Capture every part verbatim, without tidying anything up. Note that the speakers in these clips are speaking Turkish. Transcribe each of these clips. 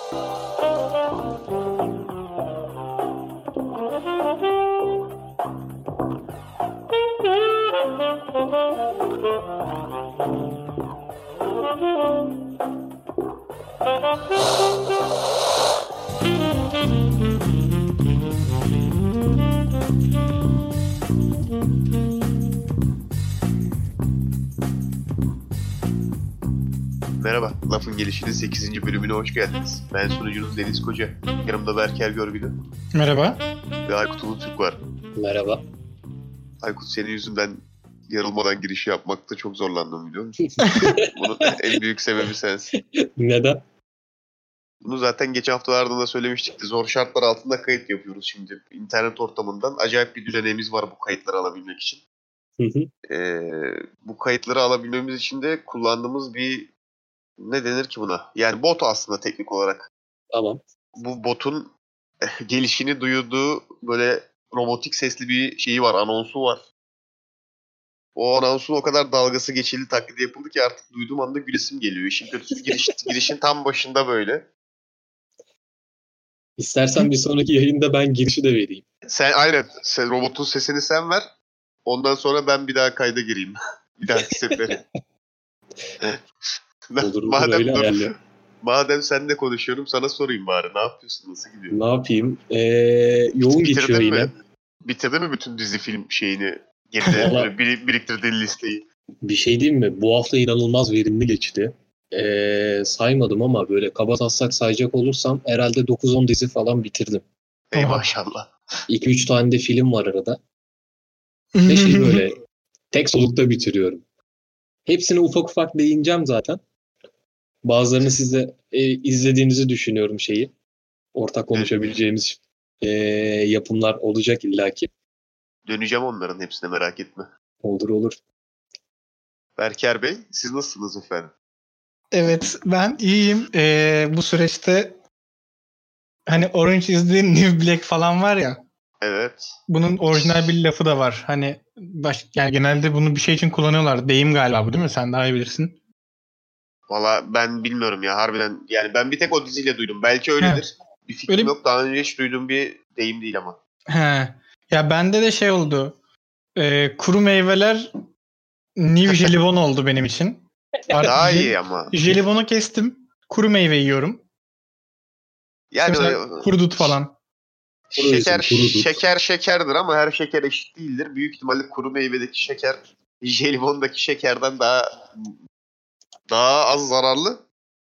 Merhaba, Lafın Gelişi'nin sekizinci bölümüne hoş geldiniz. Ben sunucunuz Deniz Koca. Yanımda Berker Görgülü Merhaba. ve Aykut Ulutürk var. Merhaba. Aykut, senin yüzünden yarılmadan giriş yapmakta çok zorlandım, biliyor musun? Bunun en büyük sebebi sensin. Neden? Bunu zaten geçen haftalarda da söylemiştik. Zor şartlar altında kayıt yapıyoruz şimdi. İnternet ortamından acayip bir düzenimiz var bu kayıtları alabilmek için. Hı hı. Ee, bu kayıtları alabilmemiz için de kullandığımız bir, ne denir ki buna? Yani bot aslında teknik olarak. Tamam. Bu botun gelişini duyurduğu böyle robotik sesli bir şeyi var, anonsu var. O anonsun o kadar dalgası geçildi, taklidi yapıldı ki artık duyduğum anda gülesim geliyor. İşin kötüsü giriş, girişin tam başında böyle. İstersen bir sonraki yayında ben girişi de vereyim. Sen aynen, sen robotun sesini sen ver. Ondan sonra ben bir daha kayda gireyim. Bir dahaki sefere. Olur olur madem, öyle dur, ayarlayalım. madem seninle konuşuyorum, sana sorayım bari. Ne yapıyorsun? Nasıl gidiyor? Ne yapayım? Ee, yoğun geçiyor Bitirdin yine. mi? Bitirdin mi bütün dizi film şeyini? Geride Valla- böyle bir, biriktirdiğin listeyi. Bir şey diyeyim mi? Bu hafta inanılmaz verimli geçti. Ee, saymadım ama böyle kaba taslak sayacak olursam herhalde dokuz on dizi falan bitirdim. Ey Oha. maşallah. iki üç tane de film var arada. Ve şey böyle tek solukta bitiriyorum. Hepsine ufak ufak değineceğim zaten. Bazılarını size e, izlediğinizi düşünüyorum şeyi. Ortak konuşabileceğimiz e, yapımlar olacak illaki. Döneceğim onların hepsine, merak etme. Olur olur. Berker Bey, siz nasılsınız efendim? Evet, ben iyiyim. Ee, bu süreçte hani Orange is the New Black falan var ya. Evet. Bunun orijinal bir lafı da var. Hani baş, yani genelde bunu bir şey için kullanıyorlar. Deyim galiba bu, değil mi? Sen daha iyi bilirsin. Valla ben bilmiyorum ya, harbiden. Yani ben bir tek o diziyle duydum. Belki öyledir. Bir fikrim Öyle- yok. Daha önce hiç duyduğum bir deyim değil ama. He. Ya bende de şey oldu. Ee, kuru meyveler New jelibon oldu benim için. Artık Daha jel- iyi ama. Jelibonu kestim. Kuru meyve yiyorum. Yani Mesela kuru dut falan. şeker Kuru dut. şeker şekerdir ama her şeker eşit değildir. Büyük ihtimalle kuru meyvedeki şeker jelibondaki şekerden daha daha az zararlı.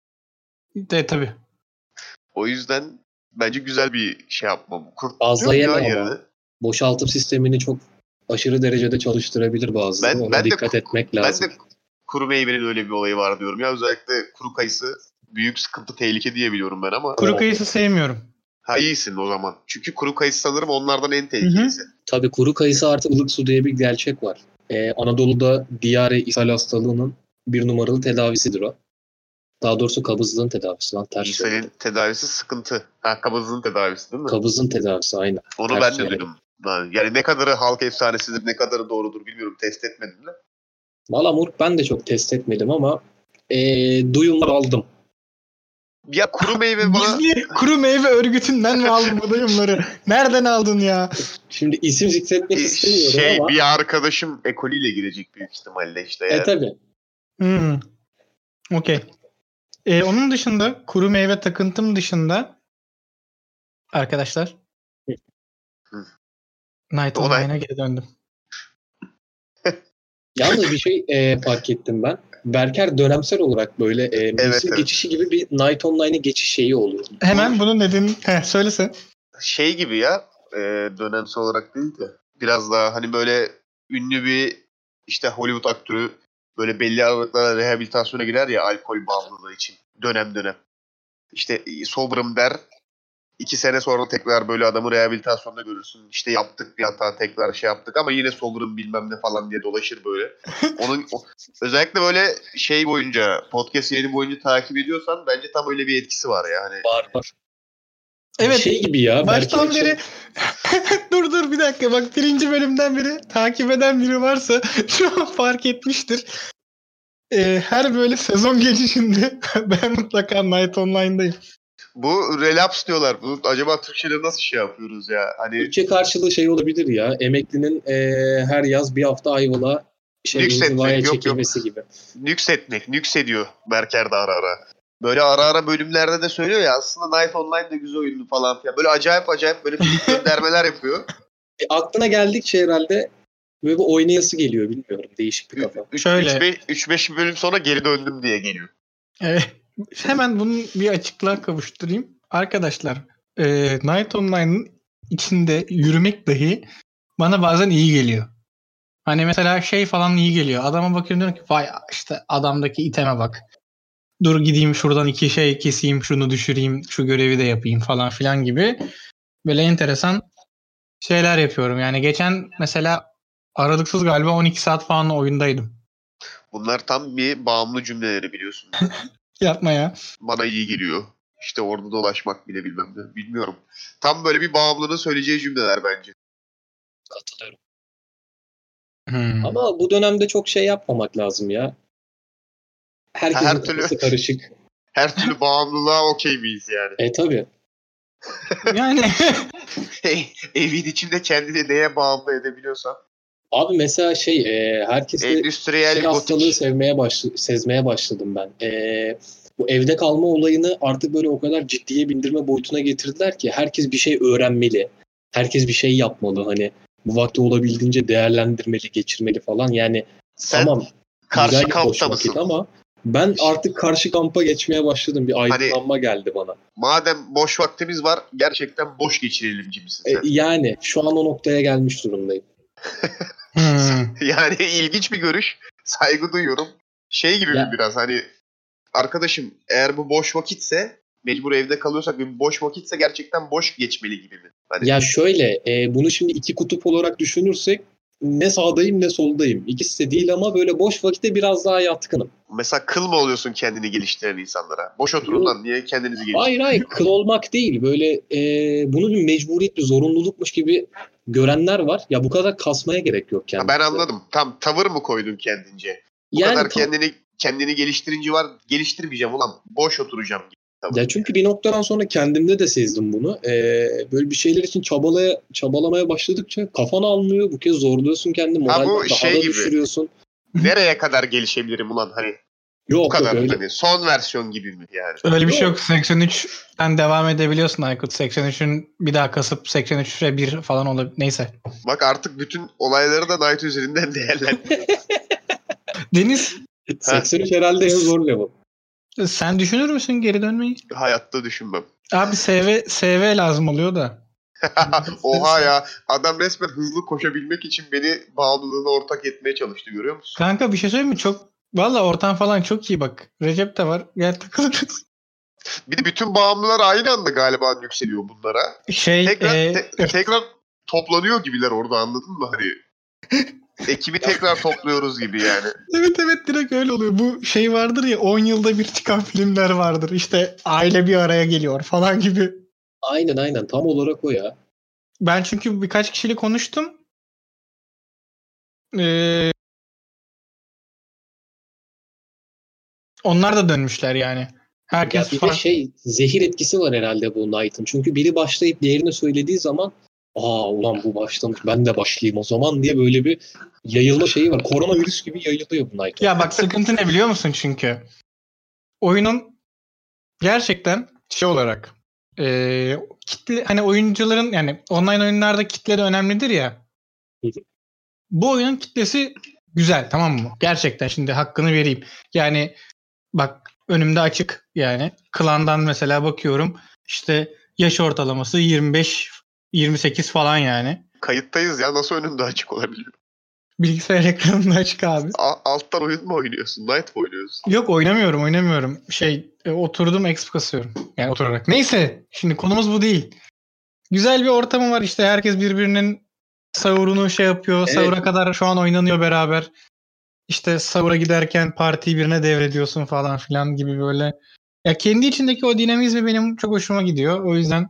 De tabii. O yüzden bence güzel bir şey yapmam. Kurt Fazla tutuyor yeme ya ama. yerine. Boşaltım sistemini çok aşırı derecede çalıştırabilir bazıları. Ben- Ona ben de- dikkat etmek lazım. Ben de kuru meyvenin öyle bir olayı var diyorum. Ya özellikle kuru kayısı büyük sıkıntı, tehlike diye biliyorum ben ama. Kuru O- kayısı sevmiyorum. Ha, iyisin o zaman. Çünkü kuru kayısı sanırım onlardan en tehlikelisi. Tabii kuru kayısı artı ılık su diye bir gerçek var. Ee, Anadolu'da diyare ishal hastalığının bir numaralı tedavisidir o. Daha doğrusu kabızlığın tedavisi lan ters İshal'in söyledim. tedavisi sıkıntı. Ha, kabızlığın tedavisi değil mi? Kabızın tedavisi aynen. Onu ters ben de söyledim. duydum. Yani yani ne kadarı halk efsanesidir, ne kadarı doğrudur bilmiyorum. Test etmedim de. Valla moruk ben de çok test etmedim ama ee, duyumlar aldım. Ya kuru meyve bana... Gizli kuru meyve örgütünden mi aldın bu duyumları? Nereden aldın ya? Şimdi isim zikretmek istemiyorum şey ama. bir arkadaşım ekoliyle girecek büyük ihtimalle işte. E Yani. tabi. Hmm. Okey. Ee, onun dışında kuru meyve takıntım dışında arkadaşlar Hı. Night Olay. Online'a geri döndüm. Yalnız bir şey ee, fark ettim ben. Berker dönemsel olarak böyle ee, mevsim evet. geçişi gibi bir Night Online'e geçiş şeyi olur. Hemen bunun nedenini Heh, söylesen. Şey gibi ya, e, dönemsel olarak değil de biraz daha hani böyle ünlü bir işte Hollywood aktörü böyle belli aralıklarla rehabilitasyona girer ya, alkol bağımlılığı için dönem dönem. İşte sober'ım der. İki sene sonra tekrar böyle adamı rehabilitasyonda görürsün. İşte yaptık bir hata, tekrar şey yaptık ama yine sober'ım bilmem ne falan diye dolaşır böyle. Onun o- özellikle böyle şey boyunca, podcast yayını boyunca takip ediyorsan bence tam öyle bir etkisi var ya. Hani Var var. Evet. Şey gibi ya. Baştan Berker'in beri dur dur bir dakika bak, birinci bölümden beri takip eden biri varsa şu an fark etmiştir. Ee, her böyle sezon geçişinde ben mutlaka Night Online'dayım. Bu relapse diyorlar. Bu acaba Türkçe'de nasıl şey yapıyoruz ya? Hani Türkçe karşılığı şey olabilir ya. Emeklinin eee, her yaz bir hafta Ayvalık'a şey Nüksetmek, inzivaya yok, yok. çekilmesi gibi. nüksetmek, nüksediyor Berker de ara ara. Böyle ara ara bölümlerde de söylüyor ya aslında Knight Online de güzel oyundu falan filan. Böyle acayip acayip böyle minik göndermeler yapıyor. E, aklına geldikçe herhalde böyle bir oynayası geliyor, bilmiyorum. Değişik bir kafa. Şöyle. üç beş bölüm sonra geri döndüm diye geliyor. E, hemen bunun bir açıklığa kavuşturayım. Arkadaşlar e, Knight Online'ın içinde yürümek dahi bana bazen iyi geliyor. Hani mesela şey falan iyi geliyor. Adama bakıyorum diyorum ki vay işte adamdaki iteme bak. Dur gideyim şuradan iki şey keseyim, şunu düşüreyim, şu görevi de yapayım falan filan gibi. Böyle enteresan şeyler yapıyorum. Yani geçen mesela aralıksız galiba on iki saat falan oyundaydım. Bunlar tam bir bağımlı cümleleri biliyorsun. Yapma ya. Bana iyi geliyor. İşte orada dolaşmak bile bilmem ne. Bilmiyorum. Tam böyle bir bağımlının söyleyeceği cümleler bence. Katılıyorum. Hmm. Ama bu dönemde çok şey yapmamak lazım ya. Herkesin Her türlü- kafası karışık. Her türlü bağımlılığa okey miyiz yani? E tabii. Yani Evin içinde kendini neye bağımlı edebiliyorsan. Abi mesela şey e, herkeste Endüstriyel şey hastalığı gotik. sevmeye başlı, sezmeye başladım ben. E, bu evde kalma olayını artık böyle o kadar ciddiye bindirme boyutuna getirdiler ki herkes bir şey öğrenmeli. Herkes bir şey yapmalı. Hani bu vakti olabildiğince değerlendirmeli, geçirmeli falan. Yani Sen tamam karşı güzel bir boş kampta vakit mısın? ama ben artık karşı kampa geçmeye başladım. Bir aydınlanma geldi bana. Madem boş vaktimiz var gerçekten boş geçirelim gibisin E, sen. yani şu an o noktaya gelmiş durumdayım. hmm. Yani ilginç bir görüş. Saygı duyuyorum. Şey gibi Ya- mi biraz hani arkadaşım eğer bu boş vakitse mecbur evde kalıyorsak bir boş vakitse gerçekten boş geçmeli gibi mi? Hani Ya şöyle, e, bunu şimdi iki kutup olarak düşünürsek ne sağdayım ne soldayım. İkisi de değil ama böyle boş vakitte biraz daha yatkınım. mesela kıl mı oluyorsun kendini geliştiren insanlara? Boş oturun Yok. lan niye kendinizi geliştirin? Hayır hayır, kıl olmak değil. Böyle e, bunu bir mecburiyet, bir zorunlulukmuş gibi görenler var. Ya bu kadar kasmaya gerek yok Ha, kendine. ben anladım. Tam tavır mı koydun kendince? Bu Yani kadar tam- kendini kendini geliştirince var geliştirmeyeceğim ulan boş oturacağım gibi. Tavır. Ya çünkü bir noktadan sonra kendimde de sezdim bunu. E, böyle bir şeyler için çabalaya, çabalamaya başladıkça kafan almıyor. Bu kez zorluyorsun kendini. Ha, bu Moralden daha şey da gibi. düşürüyorsun. Nereye kadar gelişebilirim ulan hani bu Yok yok kadar öyle. hani son versiyon gibi mi yani? Öyle bir şey Yok. yok. seksen üçten devam edebiliyorsun Aykut. seksen üçün bir daha kasıp seksen üçe bir falan olabilir. Neyse. Bak artık bütün olayları da Knight üzerinden değerlendir. Deniz seksen üç herhalde en zor level. sen düşünür müsün geri dönmeyi? Hayatta düşünmem. Abi S V, S V lazım oluyor da. Oha ya adam resmen hızlı koşabilmek için beni bağımlılığına ortak etmeye çalıştı görüyor musun? Kanka bir şey söyleyeyim mi? Çok valla ortam falan çok iyi bak. Recep de var. Gel takılırız. Bir de bütün bağımlılar aynı anda galiba yükseliyor bunlara. Şey Tekrar e, te- tekrar toplanıyor gibiler orada anladın mı hani? Ekibi tekrar topluyoruz gibi yani. evet evet direkt öyle oluyor. Bu şey vardır ya on yılda bir çıkan filmler vardır. İşte aile bir araya geliyor falan gibi. Aynen aynen tam olarak o ya. Ben çünkü birkaç kişiyle konuştum. Ee, onlar da dönmüşler yani. Ya Herkes bir de farklı. şey zehir etkisi var herhalde bu Knight'ın. Çünkü biri başlayıp diğerini söylediği zaman aa ulan bu başlamış ben de başlayayım o zaman diye böyle bir yayılma şeyi var. Koronavirüs gibi yayılıyor bu Knight. Ya bak sıkıntı ne biliyor musun çünkü? Oyunun gerçekten şey olarak e, kitle hani oyuncuların yani online oyunlarda kitle de önemlidir ya. Hı hı. Bu oyunun kitlesi güzel tamam mı? Gerçekten şimdi hakkını vereyim. Yani bak önümde açık yani. Klandan mesela bakıyorum işte yaş ortalaması yirmi beş yirmi sekiz falan yani. Kayıttayız ya nasıl önünde açık olabilir? Bilgisayar ekranında açık abi. A- alttan oyun mu oynuyorsun? Knight mı oynuyorsun? Yok oynamıyorum oynamıyorum. Şey e, oturdum exp kasıyorum. Yani oturarak. Neyse şimdi konumuz bu değil. Güzel bir ortamı var işte herkes birbirinin sahurunu şey yapıyor. Evet. Sahura kadar şu an oynanıyor beraber. İşte sahura giderken partiyi birine devrediyorsun falan filan gibi böyle. Ya kendi içindeki o dinamizmi benim çok hoşuma gidiyor. O yüzden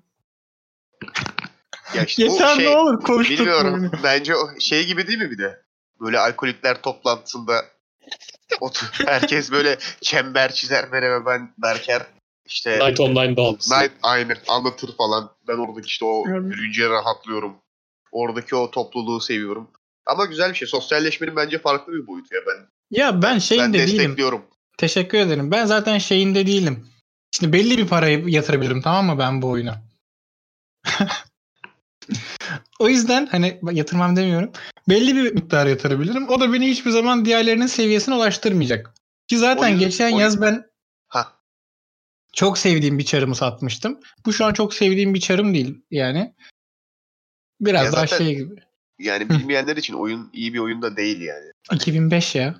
Ya işte bu yeter şey ne olur konuştuk bilmiyorum. Bence o şey gibi değil mi bir de? Böyle alkolikler toplantısında otur, herkes böyle çember çizer merhaba ben Berker. İşte Night Online'da olmuşsun. Night aynen anlatır falan. Ben oradaki işte o Evet. yürüyünce rahatlıyorum. Oradaki o topluluğu seviyorum. Ama güzel bir şey. Sosyalleşmenin bence farklı bir boyutu ya ben. Ya ben şeyin Ben de değilim. destekliyorum. Teşekkür ederim. Ben zaten şeyinde değilim. Şimdi belli bir parayı yatırabilirim, tamam mı, ben bu oyuna? O yüzden hani yatırmam demiyorum. Belli bir miktar yatırabilirim. O da beni hiçbir zaman diğerlerinin seviyesine ulaştırmayacak. Ki zaten Oyun- geçen oyun- yaz ben Ha. çok sevdiğim bir çarımı satmıştım. Bu şu an çok sevdiğim bir çarım değil yani. Biraz Ya daha zaten- şey gibi. Yani bilmeyenler için oyun iyi bir oyun da değil yani. iki bin beş ya.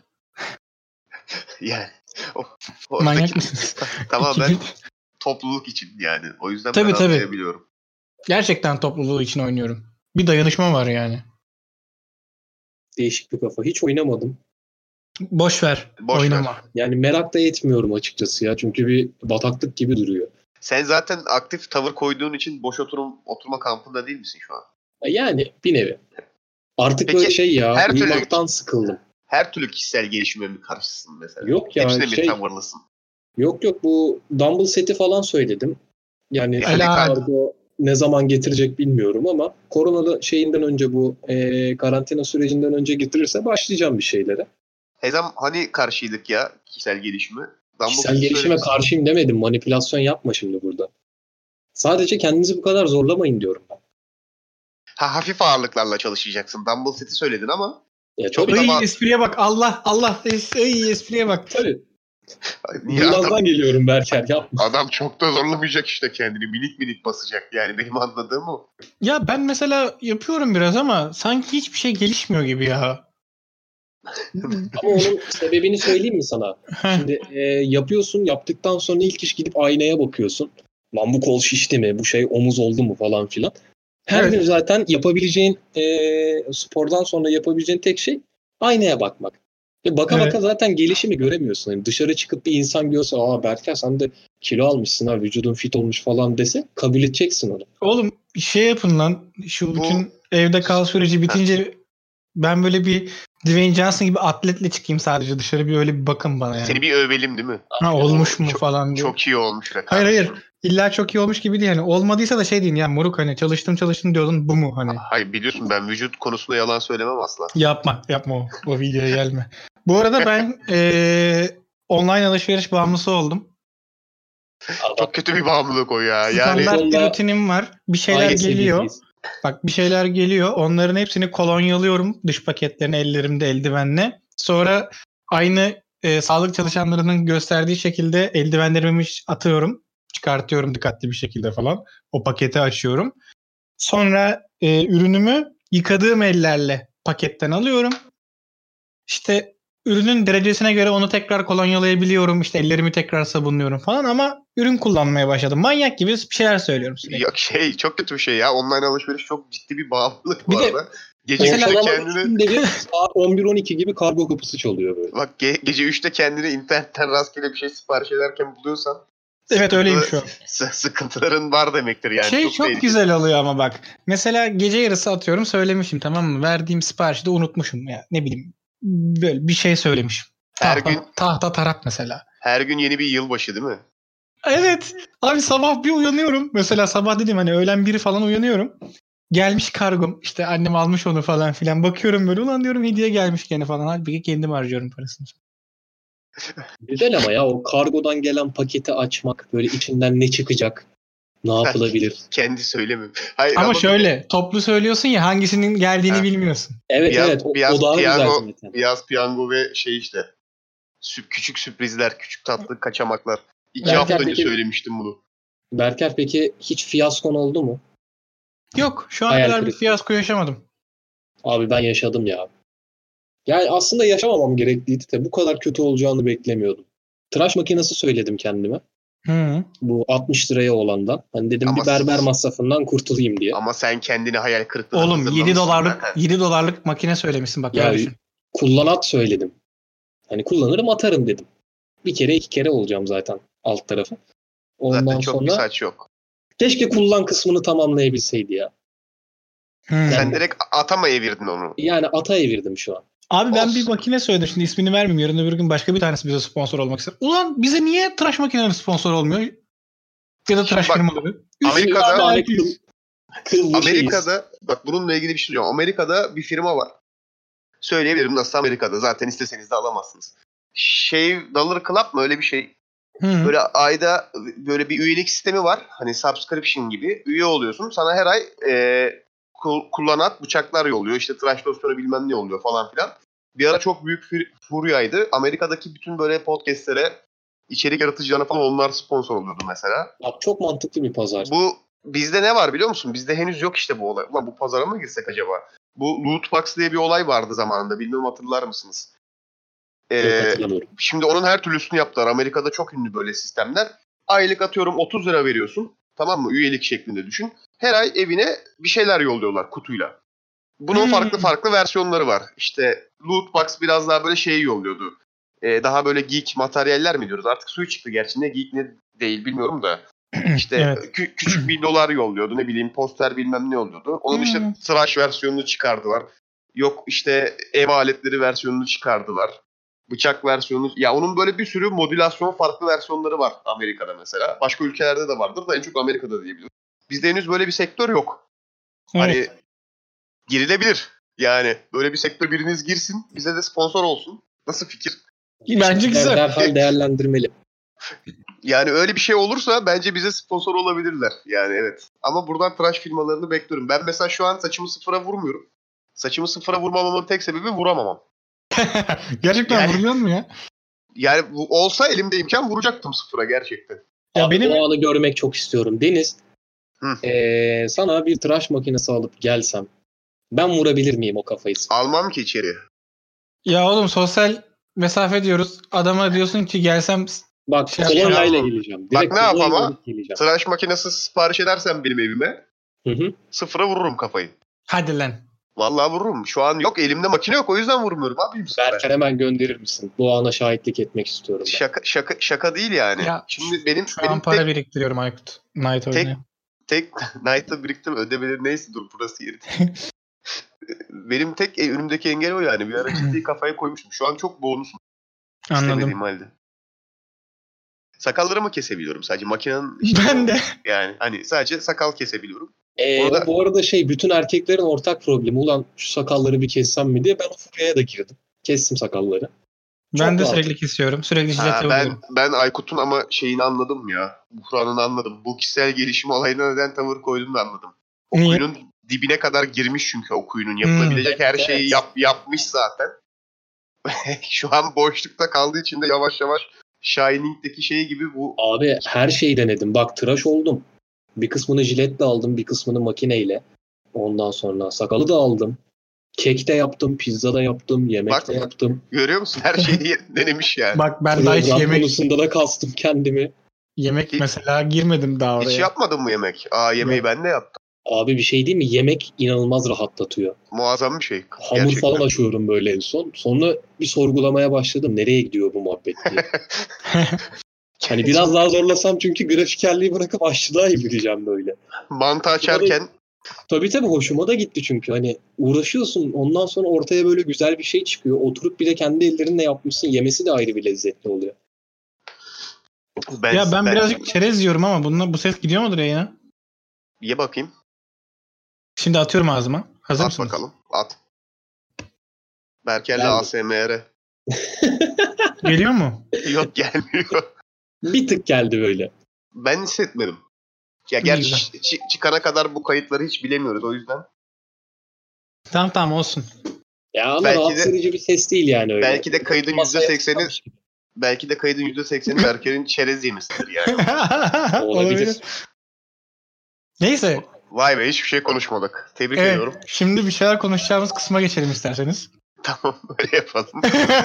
Yani o, Manyak oradaki mısınız? tamamen iki bin topluluk için yani. O yüzden Tabii, ben tabii. anlayabiliyorum. Gerçekten topluluğu için oynuyorum. Bir dayanışma var yani. Değişik bir kafa. Hiç oynamadım. Boş ver. Boş oynama. ver. Yani merak da etmiyorum açıkçası ya. Çünkü bir bataklık gibi duruyor. Sen zaten aktif tavır koyduğun için boş oturum oturma kampında değil misin şu an? Yani bir nevi. Artık Peki, böyle şey ya. her türlü- Uyumaktan sıkıldım. Her türlü kişisel gelişime mi karşısın mesela? Yok ya Hepsine şey. mi tavırlısın? Yok yok bu Dumble seti falan söyledim. Yani Yani kargo ne zaman getirecek bilmiyorum ama koronalı şeyinden önce bu e, karantina sürecinden önce getirirse başlayacağım bir şeylere. Hezam hani karşıydık ya kişisel gelişime? Dumble Kişisel sesi gelişime söylemişsin. karşıyım demedim. Manipülasyon yapma şimdi burada. Sadece kendinizi bu kadar zorlamayın diyorum ben. Ha, hafif ağırlıklarla çalışacaksın. Dumble seti söyledin ama Ya, Çok tabii, da- Ay, Tamam. espriye bak. Allah Allah. Ay, espriye bak. tabii. niye adam, Yılmaz'dan geliyorum Berker yapma. adam çok da zorlamayacak işte kendini. Minik minik basacak yani benim anladığım o. Ya ben mesela yapıyorum biraz ama sanki hiçbir şey gelişmiyor gibi ya. Ama onun sebebini söyleyeyim mi sana? Şimdi e, yapıyorsun, yaptıktan sonra ilk iş gidip aynaya bakıyorsun. Lan bu kol şişti mi? Bu şey omuz oldu mu falan filan. Her Evet. gün zaten yapabileceğin e, spordan sonra yapabileceğin tek şey aynaya bakmak. Ve baka Evet. baka zaten gelişimi göremiyorsun. Yani dışarı çıkıp bir insan görse aa Berker sen de kilo almışsın ha vücudun fit olmuş falan dese kabul edeceksin onu. Oğlum şey yapın lan. Şu Bu- bütün evde kal süreci bitince ben böyle bir Dwayne Johnson gibi atletle çıkayım sadece dışarı, bir öyle bir bakın bana yani. Seni bir övelim değil mi? Ha, olmuş mu Çok- falan diye. Çok iyi olmuş. be Hayır kardeşim. hayır. İlla çok iyi olmuş gibi değil. Yani olmadıysa da şey deyin ya moruk, hani çalıştım çalıştım diyordun, bu mu hani? Hayır biliyorsun ben vücut konusunda yalan söylemem asla. Yapma yapma o, o videoya gelme. Bu arada ben eee, online alışveriş bağımlısı oldum. Çok kötü bir bağımlılık o ya. Yani Standart bir Sonunda rutinim var. Bir şeyler Aynı geliyor. seviyedeyiz. Bak bir şeyler geliyor. Onların hepsini kolonyalıyorum. Dış paketlerini ellerimde eldivenle. Sonra aynı e, sağlık çalışanlarının gösterdiği şekilde eldivenlerimi atıyorum. Çıkartıyorum dikkatli bir şekilde falan. O paketi açıyorum. Sonra e, ürünümü yıkadığım ellerle paketten alıyorum. İşte ürünün derecesine göre onu tekrar kolonyalayabiliyorum. İşte ellerimi tekrar sabunluyorum falan ama ürün kullanmaya başladım. Manyak gibi bir şeyler söylüyorum sürekli. yok şey çok kötü bir şey ya. Online alışveriş çok ciddi bir bağımlılık bu Bir de- arada. Gece Mesela- üçte Ortalama üç kendini günde bir saat on bir on iki gibi kargo kapısı çalıyor böyle. bak ge- gece üçte kendini internetten rastgele bir şey sipariş ederken buluyorsan Evet öyleyim şu an. s- sıkıntıların var demektir yani. şey çok, tehlikeli. güzel oluyor ama bak. Mesela gece yarısı atıyorum söylemişim, tamam mı? Verdiğim siparişi de unutmuşum ya. Ne bileyim böyle bir şey söylemişim. Her tahta, gün- tahta tarak mesela. Her gün yeni bir yılbaşı değil mi? Evet. Abi sabah bir uyanıyorum. Mesela sabah dedim hani öğlen biri falan uyanıyorum. Gelmiş kargom. İşte annem almış onu falan filan. Bakıyorum böyle, ulan diyorum hediye gelmiş gene falan. Halbuki kendim harcıyorum parasını. Güzel ama ya o kargodan gelen paketi açmak böyle içinden ne çıkacak? Ne yapılabilir? Kendi söylemiyorum. Hayır, Ama bir şöyle toplu söylüyorsun ya, hangisinin geldiğini Ha. bilmiyoryorsun. Evet Beyaz- evet o, beyaz o daha güzel piyango- zaten. Beyaz piyango ve şey işte sü- küçük sürprizler, küçük tatlı kaçamaklar. İki Berker hafta önce peki- söylemiştim bunu. Berker peki hiç fiyaskon oldu mu? Yok şu ana Hayal kadar bir kırıklığı. fiyasko yaşamadım. Abi ben yaşadım ya. Yani aslında yaşamamam gerekliydi de bu kadar kötü olacağını beklemiyordum. Tıraş makinesi söyledim kendime. Hı. Bu altmış liraya olandan. Hani dedim Ama bir berber siz- masrafından kurtulayım diye. Ama sen kendini hayal kırıklığına Oğlum yedi hazırlamışsın dolarlık zaten. yedi dolarlık makine söylemişsin bak. Ya öyle düşün. kullanat söyledim. Hani kullanırım atarım dedim. Bir kere iki kere olacağım zaten alt tarafı. Ondan Zaten çok bir sonra saç yok. keşke kullan kısmını tamamlayabilseydi ya. Hı. Sen direkt atama evirdin onu. Yani ata evirdim şu an. Abi ben Olsun. bir makine söyledim, şimdi ismini vermeyeyim. Yarın öbür gün başka bir tanesi bize sponsor olmak ister. Ulan bize niye tıraş makineleri sponsor olmuyor? Ya da tıraş Bak, firmaları. Amerika'da- Üç tane kıl, kıl bu şeyiz. Amerika'da bak bununla ilgili bir şey söyleyeceğim. Amerika'da bir firma var. Söyleyebilirim nasıl Amerika'da. Zaten isteseniz de alamazsınız. Şey Dollar Club mı öyle bir şey. Hı. Böyle ayda böyle bir üyelik sistemi var. Hani subscription gibi. Üye oluyorsun. Sana her ay e, kul- kullanat bıçaklar yolluyor. İşte tıraş losyonu bilmem ne yolluyor falan filan. Bir ara çok büyük fur- furyaydı. Amerika'daki bütün böyle podcastlere içerik yaratıcılarına falan onlar sponsor oluyordu mesela. Bak çok mantıklı bir pazar. Bu bizde ne var biliyor musun? Bizde henüz yok işte bu olay. Ulan bu pazara mı girsek acaba? Bu loot box diye bir olay vardı zamanında. Bilmiyorum hatırlar mısınız? Yok, Ee, hatırlamıyorum. şimdi onun her türlüsünü yaptılar. Amerika'da çok ünlü böyle sistemler. Aylık atıyorum otuz lira veriyorsun. Tamam mı? Üyelik şeklinde düşün. Her ay evine bir şeyler yolluyorlar kutuyla. Bunun Hmm. farklı farklı versiyonları var. İşte loot box biraz daha böyle şeyi yolluyordu. Ee, daha böyle geek materyaller mi diyoruz? Artık suyu çıktı gerçi. Ne geek ne değil bilmiyorum da. İşte Evet. kü- küçük biblolar yolluyordu. Ne bileyim poster bilmem ne yolluyordu. Onun işte Hmm. tıraş versiyonunu çıkardılar. Yok işte ev aletleri versiyonunu çıkardılar. Bıçak versiyonu. Ya onun böyle bir sürü modülasyon farklı versiyonları var Amerika'da mesela. Başka ülkelerde de vardır da en çok Amerika'da diyebilirim. Bizde henüz böyle bir sektör yok. Hani Evet. girilebilir. Yani böyle bir sektör biriniz girsin. Bize de sponsor olsun. Nasıl fikir? Bence güzel. Derhal değerlendirmeli. Yani öyle bir şey olursa bence bize sponsor olabilirler. Yani evet. Ama buradan tıraş firmalarını bekliyorum. Ben mesela şu an saçımı sıfıra vurmuyorum. Saçımı sıfıra vurmamamın tek sebebi vuramamam. Gerçekten Yani- vuruyor mu ya? Yani bu olsa elimde imkan vuracaktım sıfıra gerçekten. Ya Abi benim- o anı görmek çok istiyorum. Deniz, Hı. ee, sana bir tıraş makinesi alıp gelsem ben vurabilir miyim o kafayı? Almam ki içeri. Ya oğlum sosyal mesafe diyoruz. Adama diyorsun ki gelsem Bak Şey kolonyayla yapacağım. geleceğim. Bak Direkt ne yap kolonyayla ama? alıp geleceğim. Tıraş makinesi sipariş edersen benim evime Hı hı. sıfıra vururum kafayı. hadi lan. Vallahi vururum. Şu an yok elimde makine yok o yüzden vurmuyorum abim sıfıra. Berker hemen gönderir misin? Bu ana şahitlik etmek istiyorum ben. Şaka, şaka, şaka değil yani. Ya, Şimdi benim Şu benim an para tek, biriktiriyorum Aykut. Night tek oynuyor. tek Knight'a biriktim ödemeleri neyse dur burası yeri. Benim tek e, önümdeki engel o yani. Bir ara ciddi kafaya koymuştum. Şu an çok bonusum. İstemediğim Anladım. halde. Sakallarımı kesebiliyorum sadece. Makinenin işte Ben o- de. yani hani sadece sakal kesebiliyorum. Ee, Orada- o bu arada şey bütün erkeklerin ortak problemi. Ulan şu sakalları bir kessem mi diye ben o furyaya da girdim. Kestim sakalları. Çok Ben de rahat. sürekli kesiyorum. Sürekli Ha, jilet ben yapıyorum. ben Aykut'un ama şeyini anladım ya. Buhranını anladım. Bu kişisel gelişim olayına neden tavır koyduğunu da anladım. O Niye? kuyunun dibine kadar girmiş çünkü o kuyunun. Yapılabilecek her şeyi Evet. yap, yapmış zaten. Şu an boşlukta kaldığı için de yavaş yavaş Shining'deki şey gibi bu Abi her şeyi denedim. Bak tıraş oldum. Bir kısmını jiletle aldım. Bir kısmını makineyle. Ondan sonra sakalı da aldım. Kek de yaptım. Pizza da yaptım. Yemek Bak, de yaptım. görüyor musun? Her şeyi denemiş yani. Bak ben daha hiç Program yemek konusunda da kastım kendimi. yemek Hiç- mesela girmedim daha oraya. Hiç yapmadın mı yemek? Aa yemeği Yok. ben de yaptım. Abi bir şey değil mi? Yemek inanılmaz rahatlatıyor. Muazzam bir şey. Hamur Gerçekten. falan açıyorum böyle en son. Sonra bir sorgulamaya başladım. Nereye gidiyor bu muhabbet diye. Hani biraz daha zorlasam çünkü grafikerliği bırakıp aşçılığa evireceğim böyle. Mantı açarken Tabii tabii hoşuma da gitti çünkü. Hani uğraşıyorsun ondan sonra ortaya böyle güzel bir şey çıkıyor. Oturup bir de kendi ellerinle yapmışsın. Yemesi de ayrı bir lezzetli oluyor. ben, Ya ben birazcık çerez yiyorum ama bununla bu ses gidiyor mudur yayına? ye bakayım. Şimdi atıyorum ağzıma. Hazır At mısınız? bakalım. At. Berker'le Geldi. A S M R. Geliyor mu? Yok gelmiyor. Bir tık geldi böyle. Ben hissetmedim. Ya İyi, gerçi güzel. çı- çıkana kadar bu kayıtları hiç bilemiyoruz o yüzden. Tamam tamam olsun. Ya ama Belki rahatsız de- edici bir ses değil yani öyle. Belki de kaydın yüzde Masaya sekseni tıklamış gibi. belki de kaydın yüzde sekseni Berker'in çerez yemesidir yani. Olabilir. Neyse. Vay be hiçbir şey konuşmadık. Tebrik Evet. ediyorum. Şimdi bir şeyler konuşacağımız kısma geçelim isterseniz. Tamam böyle yapalım.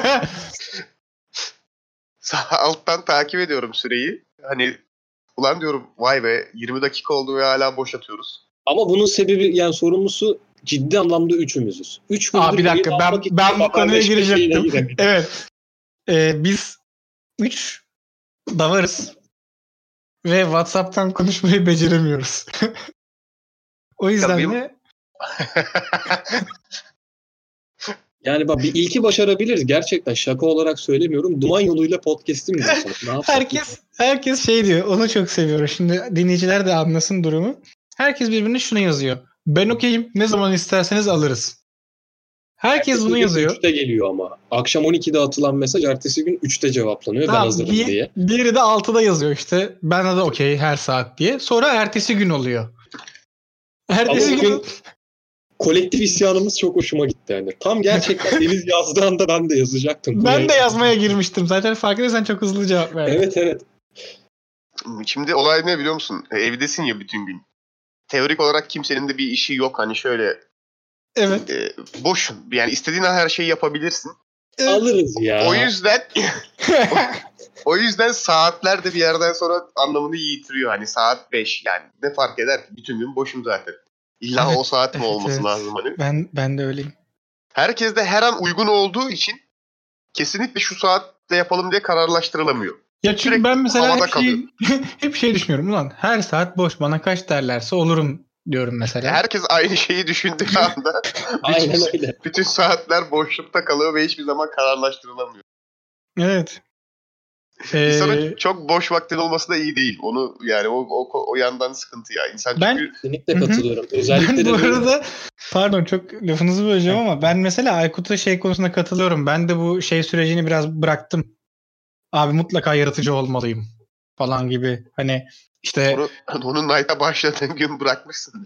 Sağ alttan takip ediyorum süreyi. Hani ulan diyorum vay be yirmi dakika oldu ve hala boş atıyoruz. Ama bunun sebebi yani sorumlusu ciddi anlamda üçümüzüz. Üç gündür Aa bir dakika yayın ben almak için ben bu konuya haberleşme şeyine girecektim. giremedim. Evet. Ee, biz üç davarız ve WhatsApp'tan konuşmayı beceremiyoruz. O yüzden Tabii. de Yani bak bir ilki başarabiliriz. Gerçekten şaka olarak söylemiyorum. Duman yoluyla podcast'im diyorsun. Ne yapsak? Herkes herkes şey diyor. Onu çok seviyorum. Şimdi dinleyiciler de anlasın durumu. Herkes birbirine şunu yazıyor. Ben okeyim. Ne zaman isterseniz alırız. Herkes Ertesi bunu gün yazıyor. üçte geliyor ama. Akşam on ikide atılan mesaj ertesi gün üçte cevaplanıyor. Ben Tamam, hazırım bir, diye. Diğeri de altıda yazıyor işte. Ben de okey her saat diye. Sonra ertesi gün oluyor. Ertesi Ama gün bugün kolektif isyanımız çok hoşuma gitti. Yani. Tam gerçekten Deniz yazdığı anda ben de yazacaktım. ben de yazmaya girmiştim. Zaten farkındaysan çok hızlı cevap verdin. Evet evet. Şimdi olay ne biliyor musun? Evdesin ya bütün gün. Teorik olarak kimsenin de bir işi yok. Hani şöyle Evet. e, boşun. Yani istediğin her şeyi yapabilirsin. Alırız ya. O yüzden o, o yüzden saatler de bir yerden sonra anlamını yitiriyor. Hani saat beş yani ne fark eder ki? Bütün gün boşum zaten. İlla Evet, o saat mi evet, olması evet. lazım hani? Ben ben de öyleyim. Herkes de her an uygun olduğu için kesinlikle şu saatte yapalım diye kararlaştırılamıyor. Ya çünkü Sürekli ben mesela havada hep şey, hep şey düşünüyorum. Ulan her saat boş, bana kaç derlerse olurum diyorum mesela. Herkes aynı şeyi düşündüğü anda Aynen bütün, öyle. bütün saatler boşlukta kalıyor ve hiçbir zaman kararlaştırılamıyor. Evet. Ee, İnsanın çok boş vaktin olması da iyi değil. Onu yani o o, o yandan sıkıntı ya. İnsan Ben- çünkü Kesinlikle Hı hı. katılıyorum. Özellikle ben de bu böyle- arada pardon çok lafınızı böleceğim ama ben mesela Aykut'a şey konusunda katılıyorum. Ben de bu şey sürecini biraz bıraktım. Abi mutlaka yaratıcı olmalıyım falan gibi. Hani işte onu, onun Knight'a başladığın gün bırakmışsın.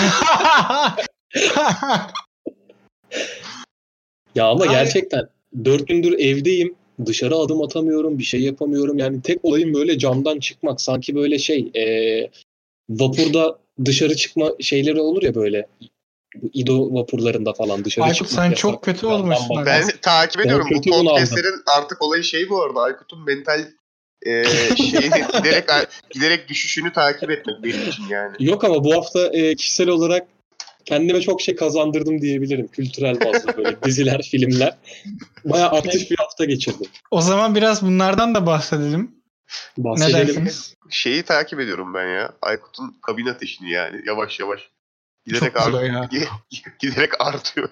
Ya ama Hayır. gerçekten dört gündür evdeyim. Dışarı adım atamıyorum. Bir şey yapamıyorum. Yani tek olayım böyle camdan çıkmak. Sanki böyle şey e, vapurda dışarı çıkma şeyleri olur ya böyle. Bu İdo vapurlarında falan dışarı Aykut, çıkmak sen yasak. çok kötü Camdan olmuşsun bakmak. Ben takip ediyorum. Bu kötü bunu aldım. podcastlerin artık olayı şey bu arada. Aykut'un mental e, şeyini giderek giderek düşüşünü takip etmek benim için yani. Yok ama bu hafta e, kişisel olarak kendime çok şey kazandırdım diyebilirim. Kültürel bazda böyle diziler, filmler. Bayağı aktif bir hafta geçirdim. O zaman biraz bunlardan da bahsedelim. Ne Bahsedelim. dersiniz? Şeyi takip ediyorum ben ya. Aykut'un kabin ateşini yani yavaş yavaş. Giderek Çok güzel art- ya. giderek artıyor.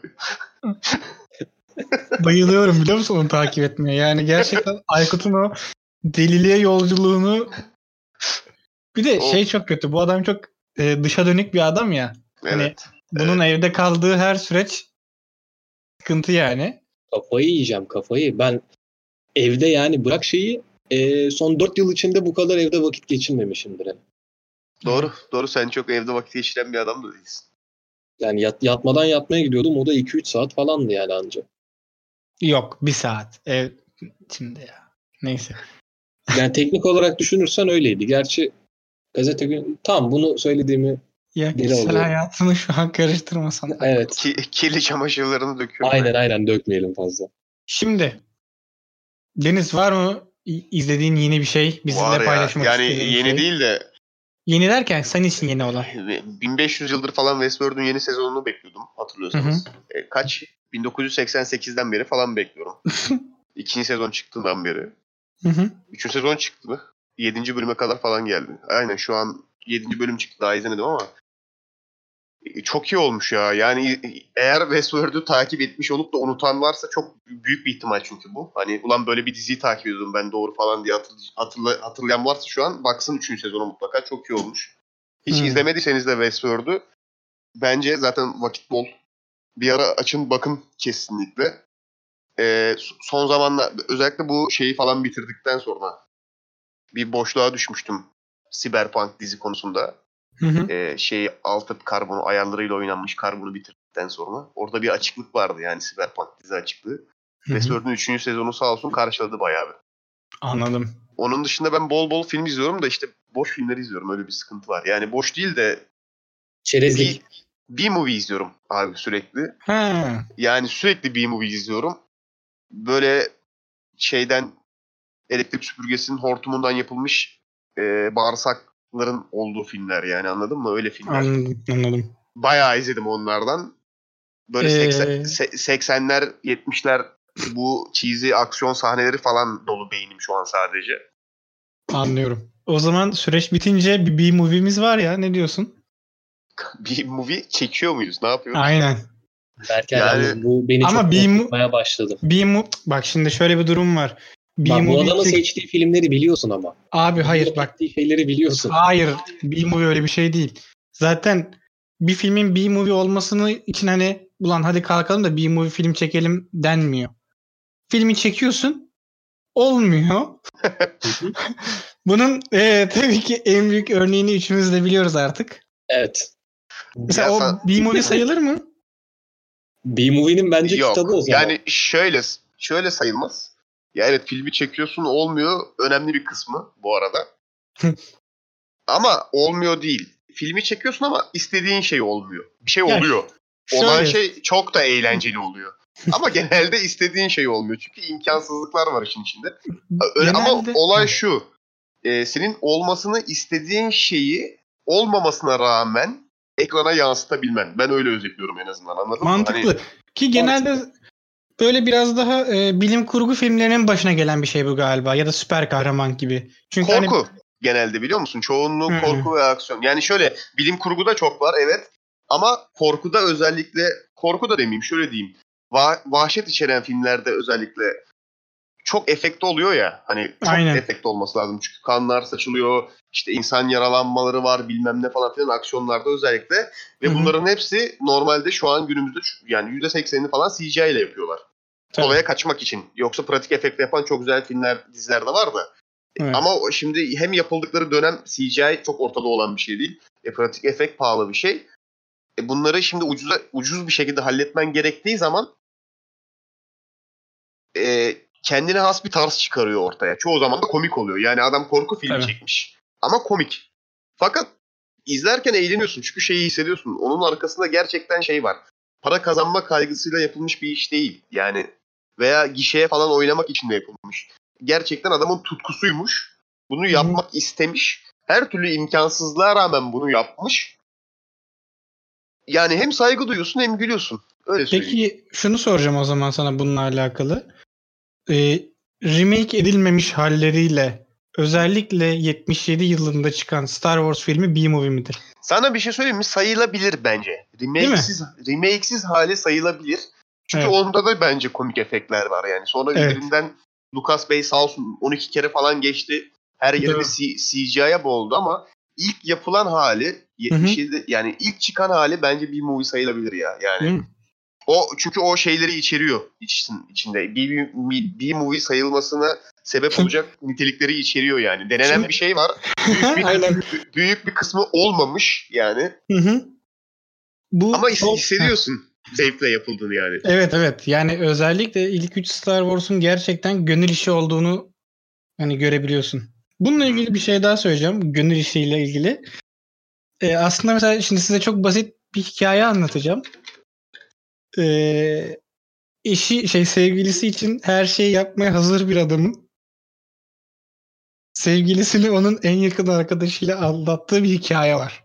Bayılıyorum biliyor musun onu takip etmeye. Yani gerçekten Aykut'un o deliliğe yolculuğunu bir de O- şey çok kötü. Bu adam çok e, dışa dönük bir adam ya. Hani Evet. bunun evde kaldığı her süreç sıkıntı yani. Kafayı yiyeceğim kafayı. Ben evde yani bırak şeyi e, son dört yıl içinde bu kadar evde vakit geçirmemişimdir. Yani, Doğru. Doğru. Sen çok evde vakit geçiren bir adam da değilsin. yani yat, yatmadan yatmaya gidiyordum. O da iki üç saat falandı yani anca. Yok bir saat. Ev şimdi ya. Neyse. Yani teknik olarak düşünürsen öyleydi. Gerçi gazete gün tam bunu söylediğimi Ya Biri kişisel oluyor. hayatını şu an karıştırmasan. evet. Ki, kirli çamaşırlarını döküyorum. Aynen aynen dökmeyelim fazla. Şimdi Deniz var mı i- izlediğin yeni bir şey bizimle Var ya. paylaşmak Yani istediğin yeni şey? değil de Yeni derken sen için yeni olan. bin beş yüz yıldır falan Westworld'un yeni sezonunu bekliyordum hatırlıyorsanız. E, kaç? bin dokuz yüz seksen sekizden beri falan bekliyorum. İkinci sezon çıktığından beri. Hı hı. Üçüncü sezon çıktı mı? Yedinci bölüme kadar falan geldi. Aynen şu an yedinci bölüm çıktı, daha izlemedim ama e, çok iyi olmuş ya. Yani eğer Westworld'u takip etmiş olup da unutan varsa çok büyük bir ihtimal çünkü bu. Hani ulan böyle bir diziyi takip ediyordum ben doğru falan diye hatırl- hatırla- hatırlayan varsa şu an baksın üçüncü sezonu mutlaka, çok iyi olmuş. Hiç Hmm. izlemediyseniz de Westworld'u bence zaten vakit bol. Bir ara açın bakın kesinlikle. Ee, son zamanlar özellikle bu şeyi falan bitirdikten sonra bir boşluğa düşmüştüm Cyberpunk dizi konusunda. Hı hı. Ee, şey altı karbonu ayarlarıyla oynanmış karbonu bitirdikten sonra orada bir açıklık vardı yani Cyberpunk dizi açıklığı. Hı hı. Westworld'un üçüncü sezonu sağ olsun karşıladı bayağı bir. Anladım. Onun dışında ben bol bol film izliyorum da işte boş filmleri izliyorum, öyle bir sıkıntı var. Yani boş değil de Çerezlik. bir, bir movie izliyorum abi sürekli. Ha. Yani sürekli B-movie izliyorum. Böyle şeyden elektrik süpürgesinin hortumundan yapılmış e, bağırsakların olduğu filmler yani, anladın mı? Öyle filmler. Anladım. Anladım. Bayağı izledim onlardan. Böyle Ee, seksen, se- seksenler yetmişler bu cheesy aksiyon sahneleri falan dolu beynim şu an sadece. Anlıyorum. O zaman süreç bitince bir B-movie'miz var ya. Ne diyorsun? Bir movie çekiyor muyuz? Ne yapıyoruz? Aynen. Berker Yani- yalnız bu beni Ama çok bir mu- korkutmaya başladı. B-movie bak şimdi şöyle bir durum var. Bak bu B-movie adamın çek- seçtiği filmleri biliyorsun ama. Abi hayır Yok bak. ettiği şeyleri biliyorsun. Hayır. B-movie öyle bir şey değil. Zaten bir filmin B-movie olmasını için hani ulan hadi kalkalım da B-movie film çekelim denmiyor. Filmi çekiyorsun. Olmuyor. Bunun e, tabii ki en büyük örneğini üçümüz de biliyoruz artık. Evet. Mesela Ya o sen- B-movie sayılır mı? B-Movie'nin bence Yok. kitabı o zaman. Yani şöyle şöyle sayılmaz. Ya evet filmi çekiyorsun olmuyor. Önemli bir kısmı bu arada. Ama olmuyor değil. Filmi çekiyorsun ama istediğin şey olmuyor. Bir şey Ya oluyor. Olan şöyle- şey çok da eğlenceli oluyor. Ama genelde istediğin şey olmuyor. Çünkü imkansızlıklar var işin içinde. Öyle, ama Genelde- olay şu. E, senin olmasını istediğin şeyi olmamasına rağmen ekrana yansıtabilmen. Ben öyle özetliyorum en azından, anladın mı? Mantıklı. Hani, Ki genelde böyle biraz daha e, bilim kurgu filmlerinin başına gelen bir şey bu galiba. Ya da süper kahraman gibi. Çünkü hani korku genelde biliyor musun? Çoğunluğu Hı. korku ve aksiyon. Yani şöyle bilim kurguda çok var evet. Ama korkuda özellikle, korku da demeyeyim şöyle diyeyim. Va- vahşet içeren filmlerde özellikle çok efekti oluyor ya. Hani çok Aynen. efekti olması lazım. Çünkü kanlar saçılıyor. İşte insan yaralanmaları var bilmem ne falan filan aksiyonlarda özellikle. Ve Hı hı. bunların hepsi normalde şu an günümüzde ç- yani yüzde seksenini falan C G I ile yapıyorlar. Tabii. Olaya kaçmak için. Yoksa pratik efekt yapan çok güzel filmler, diziler de var da. Evet. Ama o- şimdi hem yapıldıkları dönem C G I çok ortada olan bir şey değil. E, pratik efekt pahalı bir şey. E, bunları şimdi ucuza, ucuz bir şekilde halletmen gerektiği zaman e, kendine has bir tarz çıkarıyor ortaya. Çoğu zaman da komik oluyor. Yani adam korku filmi Evet. çekmiş. Ama komik. Fakat izlerken eğleniyorsun. Çünkü şeyi hissediyorsun. Onun arkasında gerçekten şey var. Para kazanma kaygısıyla yapılmış bir iş değil. Yani veya gişeye falan oynamak için de yapılmış. Gerçekten adamın tutkusuymuş. Bunu hı. yapmak istemiş. Her türlü imkansızlığa rağmen bunu yapmış. Yani hem saygı duyuyorsun hem gülüyorsun. Öyle söyleyeyim. Peki şunu soracağım o zaman sana bununla alakalı. Ee, remake edilmemiş halleriyle özellikle yetmiş yedi yılında çıkan Star Wars filmi B-movie midir? Sana bir şey söyleyeyim mi? Sayılabilir bence. Remake'siz, remake'siz hali sayılabilir. Çünkü Evet. onda da bence komik efektler var yani. Sonra Evet. üzerinden Lucas Bey sağ olsun on iki kere falan geçti. Her yeri Doğru. bir C- CGI'ye boğuldu ama ilk yapılan hali yetmiş yedi yani ilk çıkan hali bence bir movie sayılabilir ya. Yani Değil mi? o çünkü o şeyleri içeriyor için, içinde. Bir, bir, bir movie sayılmasına sebep olacak nitelikleri içeriyor yani. Denenen Şimdi- bir şey var. Büyük bir, Aynen. büyük bir kısmı olmamış yani. Hı hı. Bu Ama his- o- hissediyorsun zevkle yapıldığını yani. Evet evet. Yani özellikle ilk üç Star Wars'un gerçekten gönül işi olduğunu hani görebiliyorsun. Bununla ilgili bir şey daha söyleyeceğim. Gönül işiyle ilgili. Ee, aslında mesela şimdi size çok basit bir hikaye anlatacağım. Ee, eşi şey sevgilisi için her şeyi yapmaya hazır bir adamın sevgilisini onun en yakın arkadaşıyla aldattığı bir hikaye var.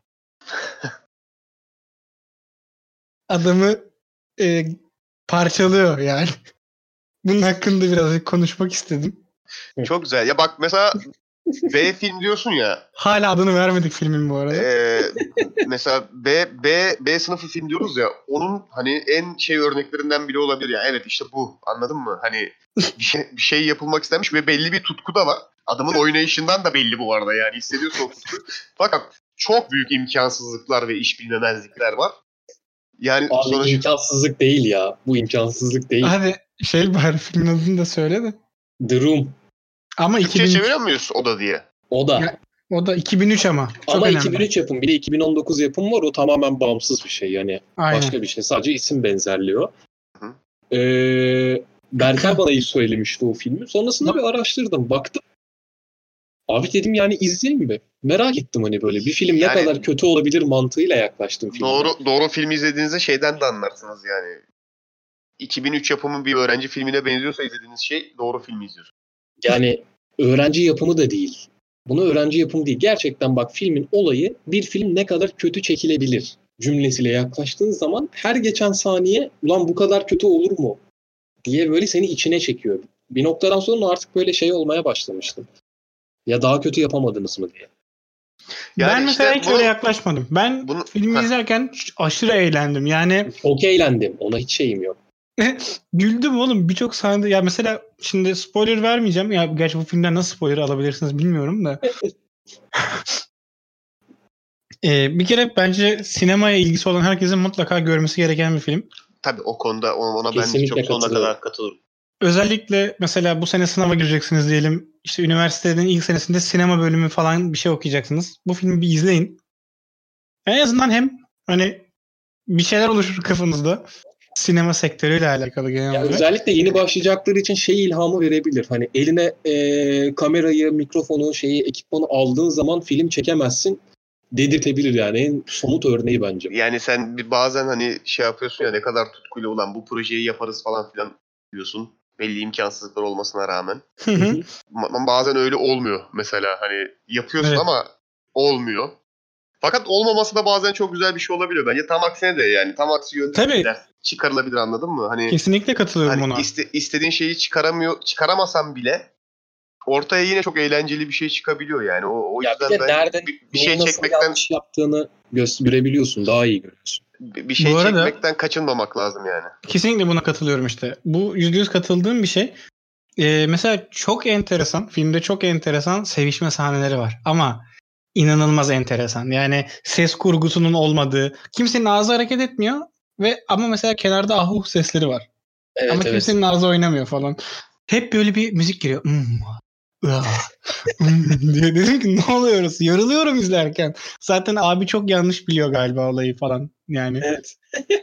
Adamı e, parçalıyor yani. Bunun hakkında birazcık konuşmak istedim. Çok güzel. Ya bak mesela B film diyorsun ya. Hala adını vermedik filmin bu arada. E, mesela B, B, B sınıfı film diyoruz ya. Onun hani en şey örneklerinden biri olabilir ya. Evet işte bu. Anladın mı? Hani bir şey, bir şey yapılmak istenmiş ve belli bir tutku da var. Adamın oynayışından da belli bu arada yani. Hissediyorsun o tutku. Fakat çok büyük imkansızlıklar ve iş bilmemezlikler var. Yani Abi sonuç... imkansızlık değil ya. Bu imkansızlık değil. Hadi şey bari filmin adını da söyle de. The Room. Ama Türkçe iki bin üç, çeviriyor muyuz o da diye? O da. Ya, o da iki bin üç ama. Çok Ama önemli. iki bin üç yapım. Bir de iki bin on dokuz yapım var. O tamamen bağımsız bir şey. Yani Aynen. başka bir şey. Sadece isim benzerliği o. Hı. Ee, Berker bana ilk söylemişti o filmi. Sonrasında bir araştırdım. Baktım. Abi dedim yani izleyeyim mi? Merak ettim hani böyle. Bir film Yani- ne kadar kötü olabilir mantığıyla yaklaştım filme. Doğru doğru filmi izlediğinizde şeyden de anlarsınız yani. iki bin üç yapımı bir öğrenci filmine benziyorsa izlediğiniz şey doğru filmi izliyorsunuz. Yani öğrenci yapımı da değil. Bunu öğrenci yapımı değil. Gerçekten bak filmin olayı bir film ne kadar kötü çekilebilir cümlesiyle yaklaştığın zaman her geçen saniye ulan bu kadar kötü olur mu diye böyle seni içine çekiyor. Bir noktadan sonra artık böyle şey olmaya başlamıştım. Ya daha kötü yapamadınız mı diye. Yani ben mesela işte hiç bunu- öyle yaklaşmadım. Ben bunu- filmi Heh. izlerken aşırı eğlendim. Yani Çok eğlendim. Ona hiç şeyim yok. güldüm oğlum. Birçok sahnede ya mesela şimdi spoiler vermeyeceğim. Ya gerçi bu filmden nasıl spoiler alabilirsiniz bilmiyorum da. Ee, bir kere bence sinemaya ilgisi olan herkesin mutlaka görmesi gereken bir film. Tabii o konuda ona ona ben de Kesinlikle çok sonuna katılıyorum. kadar katılırım. Özellikle mesela bu sene sınava gireceksiniz diyelim. İşte üniversitenin ilk senesinde sinema bölümü falan bir şey okuyacaksınız. Bu filmi bir izleyin. En azından hem hani bir şeyler oluşur kafanızda. Sinema sektörüyle alakalı genel Ya olarak. özellikle yeni başlayacakları için şey ilhamı verebilir. Hani eline e, kamerayı, mikrofonu, şeyi, ekipmanı aldığın zaman film çekemezsin dedirtebilir yani. En somut örneği bence. Yani sen bir bazen hani şey yapıyorsun ya, ne kadar tutkuyla ulan bu projeyi yaparız falan filan diyorsun. Belli imkansızlıklar olmasına rağmen. Hı hı. Ma- Bazen öyle olmuyor mesela, hani yapıyorsun Evet. ama olmuyor. Fakat olmaması da bazen çok güzel bir şey olabiliyor. Bence tam aksine de, yani tam aksi yönde Tabii. gider. Çıkarılabilir, anladın mı? Hani, Kesinlikle katılıyorum hani ona. iste- istediğin şeyi çıkaramıyor, çıkaramasan bile ortaya yine çok eğlenceli bir şey çıkabiliyor yani. O, o Ya yüzden bir de ben nereden, bir, bir şey neyi nasıl çekmekten yanlış yaptığını gö- görebiliyorsun. Daha iyi görüyorsun. bir bir şey Bu arada- çekmekten kaçınmamak lazım yani. Kesinlikle buna katılıyorum işte. Bu yüzde yüz katıldığım bir şey. Ee, mesela çok enteresan, filmde çok enteresan sevişme sahneleri var. Ama inanılmaz enteresan. Yani ses kurgusunun olmadığı, kimsenin ağzı hareket etmiyor ve ama mesela kenarda ahuh sesleri var. Evet ama evet. kimsenin ağzı oynamıyor falan. Hep böyle bir müzik giriyor. Hmm, ah, hmm diye dedim ki ne oluyoruz? Yarılıyorum izlerken. Zaten abi çok yanlış biliyor galiba olayı falan yani. Evet.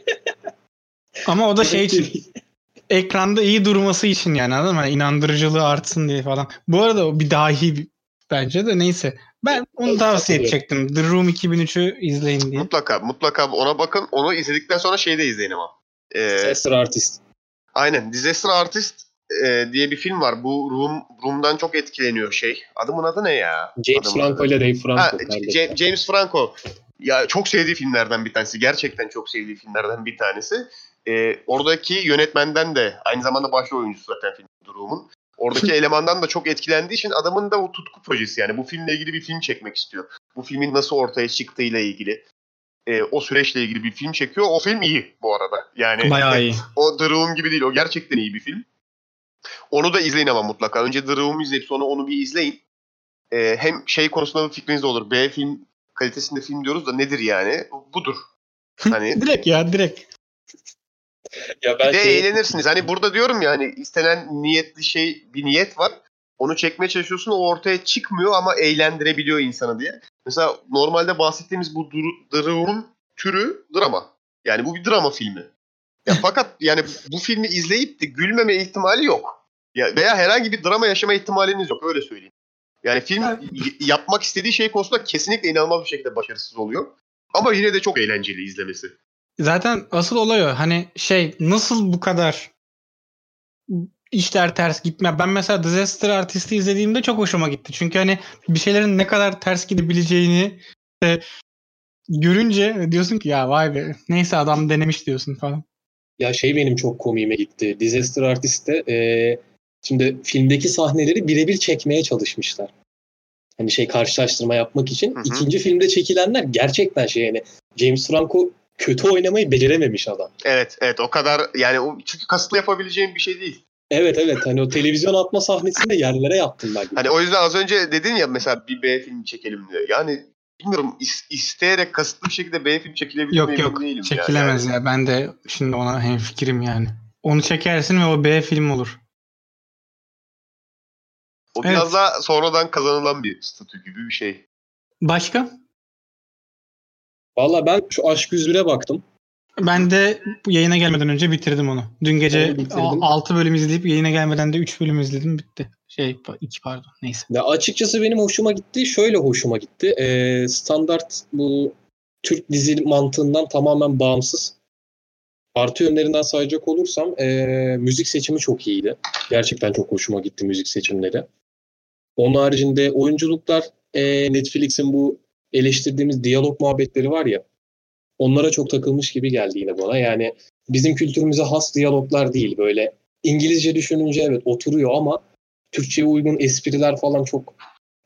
Ama o da şey için. Sürekli- Ekranda iyi durması için yani, anladın mı? Yani inandırıcılığı artsın diye falan. Bu arada o bir dahi bir- bence de, neyse. Ben onu tavsiye Katılıyorum. edecektim. The Room iki bin üçü izleyin diye. Mutlaka mutlaka ona bakın. Onu izledikten sonra şeyi de izleyin ama. Ee, Disaster Artist. aynen. Disaster Artist e, diye bir film var. Bu Room, Room'dan çok etkileniyor şey. Adamın adı ne ya? James Adamın Franco adı. ile Ray Ha, Franco. J- kardeşler. J- James Franco. Ya çok sevdiği filmlerden bir tanesi. Gerçekten çok sevdiği filmlerden bir tanesi. Ee, oradaki yönetmenden de aynı zamanda başrol oyuncusu zaten film Room'un. Oradaki elemandan da çok etkilendiği için adamın da o tutku projesi, yani bu filmle ilgili bir film çekmek istiyor. Bu filmin nasıl ortaya çıktığıyla ilgili, e, o süreçle ilgili bir film çekiyor. O film iyi bu arada. Yani Bayağı iyi. o The Room gibi değil. O gerçekten iyi bir film. Onu da izleyin ama mutlaka. Önce The Room'u izleyip sonra onu bir izleyin. E, hem şey konusunda bir fikriniz de olur. B film kalitesinde film diyoruz da nedir yani? Budur. Hani Direkt ya direkt. Ya bir ben de şey, eğlenirsiniz. Hani burada diyorum ya, hani istenen niyetli şey, bir niyet var. Onu çekmeye çalışıyorsun, o ortaya çıkmıyor ama eğlendirebiliyor insanı diye. Mesela normalde bahsettiğimiz bu The Room'un türü drama. Yani bu bir drama filmi. Ya fakat yani bu filmi izleyip de gülmeme ihtimali yok. Ya veya herhangi bir drama yaşama ihtimaliniz yok, öyle söyleyeyim. Yani film Ya- y- yapmak istediği şey konusunda kesinlikle inanılmaz bir şekilde başarısız oluyor. Ama yine de çok eğlenceli izlemesi. Zaten asıl olay o. Hani şey, nasıl bu kadar işler ters gitme. Ben mesela Disaster Artist'i izlediğimde çok hoşuma gitti. Çünkü hani bir şeylerin ne kadar ters gidebileceğini işte görünce diyorsun ki ya vay be, neyse adam denemiş diyorsun falan. ya şey benim çok komiğime gitti. Disaster Artist'te e, şimdi filmdeki sahneleri birebir çekmeye çalışmışlar. Hani şey karşılaştırma yapmak için. Hı hı. İkinci filmde çekilenler gerçekten şey yani James Franco kötü oynamayı becerememiş adam. Evet, evet, o kadar yani, o, çünkü kasıtlı yapabileceğin bir şey değil. Evet evet hani o televizyon atma sahnesinde yerlere yattım ben. Hani o yüzden az önce dedin ya mesela bir B film çekelim diye. Yani bilmiyorum, is- isteyerek kasıtlı bir şekilde B film çekilebilir mi Yok emin yok, değilim çekilemez ya. ya. Ben de şimdi ona hemfikirim yani. Onu çekersin ve o B film olur. O Evet. biraz daha sonradan kazanılan bir statü gibi bir şey. Başka? Valla ben şu Aşk yüz bire baktım. Ben de bu yayına gelmeden önce bitirdim onu. Dün gece Onu bitirdim. altı bölüm izleyip yayına gelmeden de üç bölüm izledim, bitti. Şey iki pardon, neyse. Ya açıkçası benim hoşuma gitti. Şöyle hoşuma gitti. Ee, standart bu Türk dizi mantığından tamamen bağımsız. Artı yönlerinden sayacak olursam ee, müzik seçimi çok iyiydi. Gerçekten çok hoşuma gitti müzik seçimleri. Onun haricinde oyunculuklar ee, Netflix'in bu eleştirdiğimiz diyalog muhabbetleri var ya, onlara çok takılmış gibi geldi yine bana. Yani bizim kültürümüze has diyaloglar değil. Böyle İngilizce düşününce evet oturuyor ama Türkçe'ye uygun espriler falan çok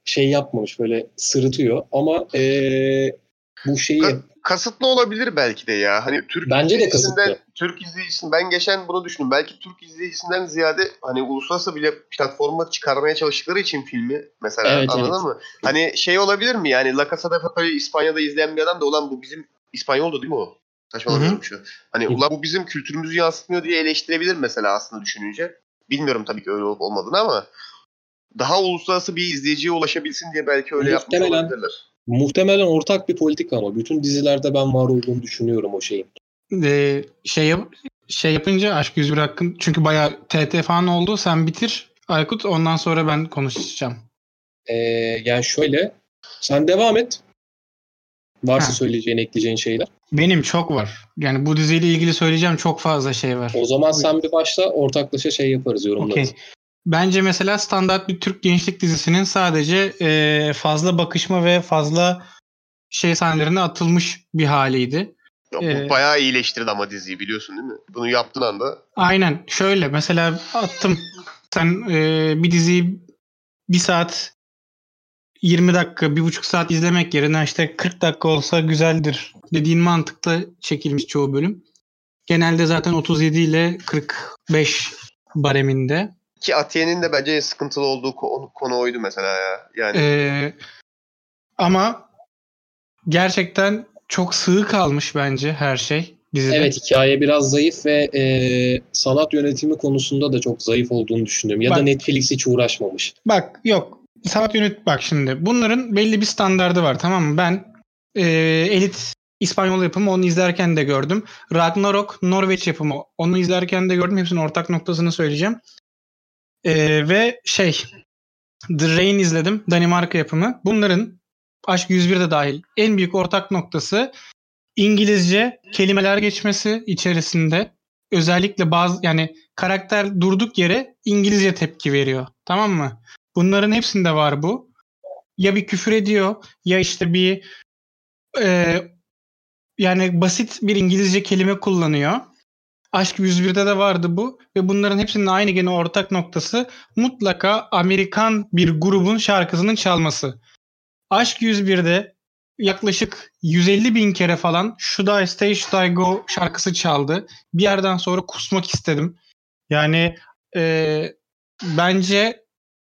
şey yapmamış, böyle sırıtıyor ama ee, bu şeyi Ka- kasıtlı olabilir belki de ya. Hani Türk bence de izleyicisinden, kasıtlı. Türk izleyicisinden ben geçen bunu düşündüm. Belki Türk izleyicisinden ziyade hani uluslararası bile platforma çıkarmaya çalıştıkları için filmi mesela, Evet, anladın evet. mı? Hani şey olabilir mi? Yani La Casa de Papel'i İspanya'da izleyen bir adam da olan bu bizim İspanyoldu değil mi o? Saçmalamıyorum şu. Hani Hı hı. ulan bu bizim kültürümüzü yansıtmıyor diye eleştirebilir mesela aslında düşününce. Bilmiyorum tabii ki öyle olup olmadığını ama daha uluslararası bir izleyiciye ulaşabilsin diye belki öyle yapmış Muhtemelen olabilirler. muhtemelen ortak bir politika ama bütün dizilerde ben var olduğunu düşünüyorum o şeyin. Ee, şey yap şey yapınca Aşk yüz bir hakkın, çünkü bayağı T T falan oldu. Sen bitir Aykut, ondan sonra ben konuşacağım. Ee, yani şöyle, sen devam et. Varsa Ha. söyleyeceğin, ekleyeceğin şeyler. Benim çok var. Yani bu diziyle ilgili söyleyeceğim çok fazla şey var. O zaman sen bir başla, ortaklaşa şey yaparız, yorumlarız. Okey. Bence mesela standart bir Türk gençlik dizisinin sadece e, fazla bakışma ve fazla şey sahnelerine atılmış bir haliydi. Ya bu Ee, bayağı iyileştirdi ama diziyi, biliyorsun değil mi? Bunu yaptığın anda Aynen. Şöyle mesela attım. Sen e, bir diziyi bir saat yirmi dakika, bir buçuk saat izlemek yerine işte kırk dakika olsa güzeldir dediğin mantıkla çekilmiş çoğu bölüm. Genelde zaten otuz yedi ile kırk beş bareminde. ki Atiye'nin de bence sıkıntılı olduğu konu, konu oydu mesela ya. Yani Ee, ama gerçekten çok sığ kalmış bence her şey dizide. Evet, hikaye biraz zayıf ve e, sanat yönetimi konusunda da çok zayıf olduğunu düşünüyorum. Ya Bak- da Netflix hiç uğraşmamış. Bak yok. Sanat yönet bak şimdi. Bunların belli bir standardı var, tamam mı? Ben e, Elit İspanyol yapımı, onu izlerken de gördüm. Ragnarok Norveç yapımı, onu izlerken de gördüm. Hepsinin ortak noktasını söyleyeceğim. E, ve şey The Rain izledim. Danimarka yapımı. Bunların Aşk yüz bir de dahil en büyük ortak noktası İngilizce kelimeler geçmesi içerisinde. Özellikle bazı, yani karakter durduk yere İngilizce tepki veriyor. Tamam mı? Bunların hepsinde var bu. Ya bir küfür ediyor ya işte bir e, yani basit bir İngilizce kelime kullanıyor. Aşk yüz birde de vardı bu ve bunların hepsinin aynı gene ortak noktası mutlaka Amerikan bir grubun şarkısının çalması. Aşk yüz birde yaklaşık yüz elli bin kere falan Should I Stay Should I Go şarkısı çaldı. Bir yerden sonra kusmak istedim. Yani e, bence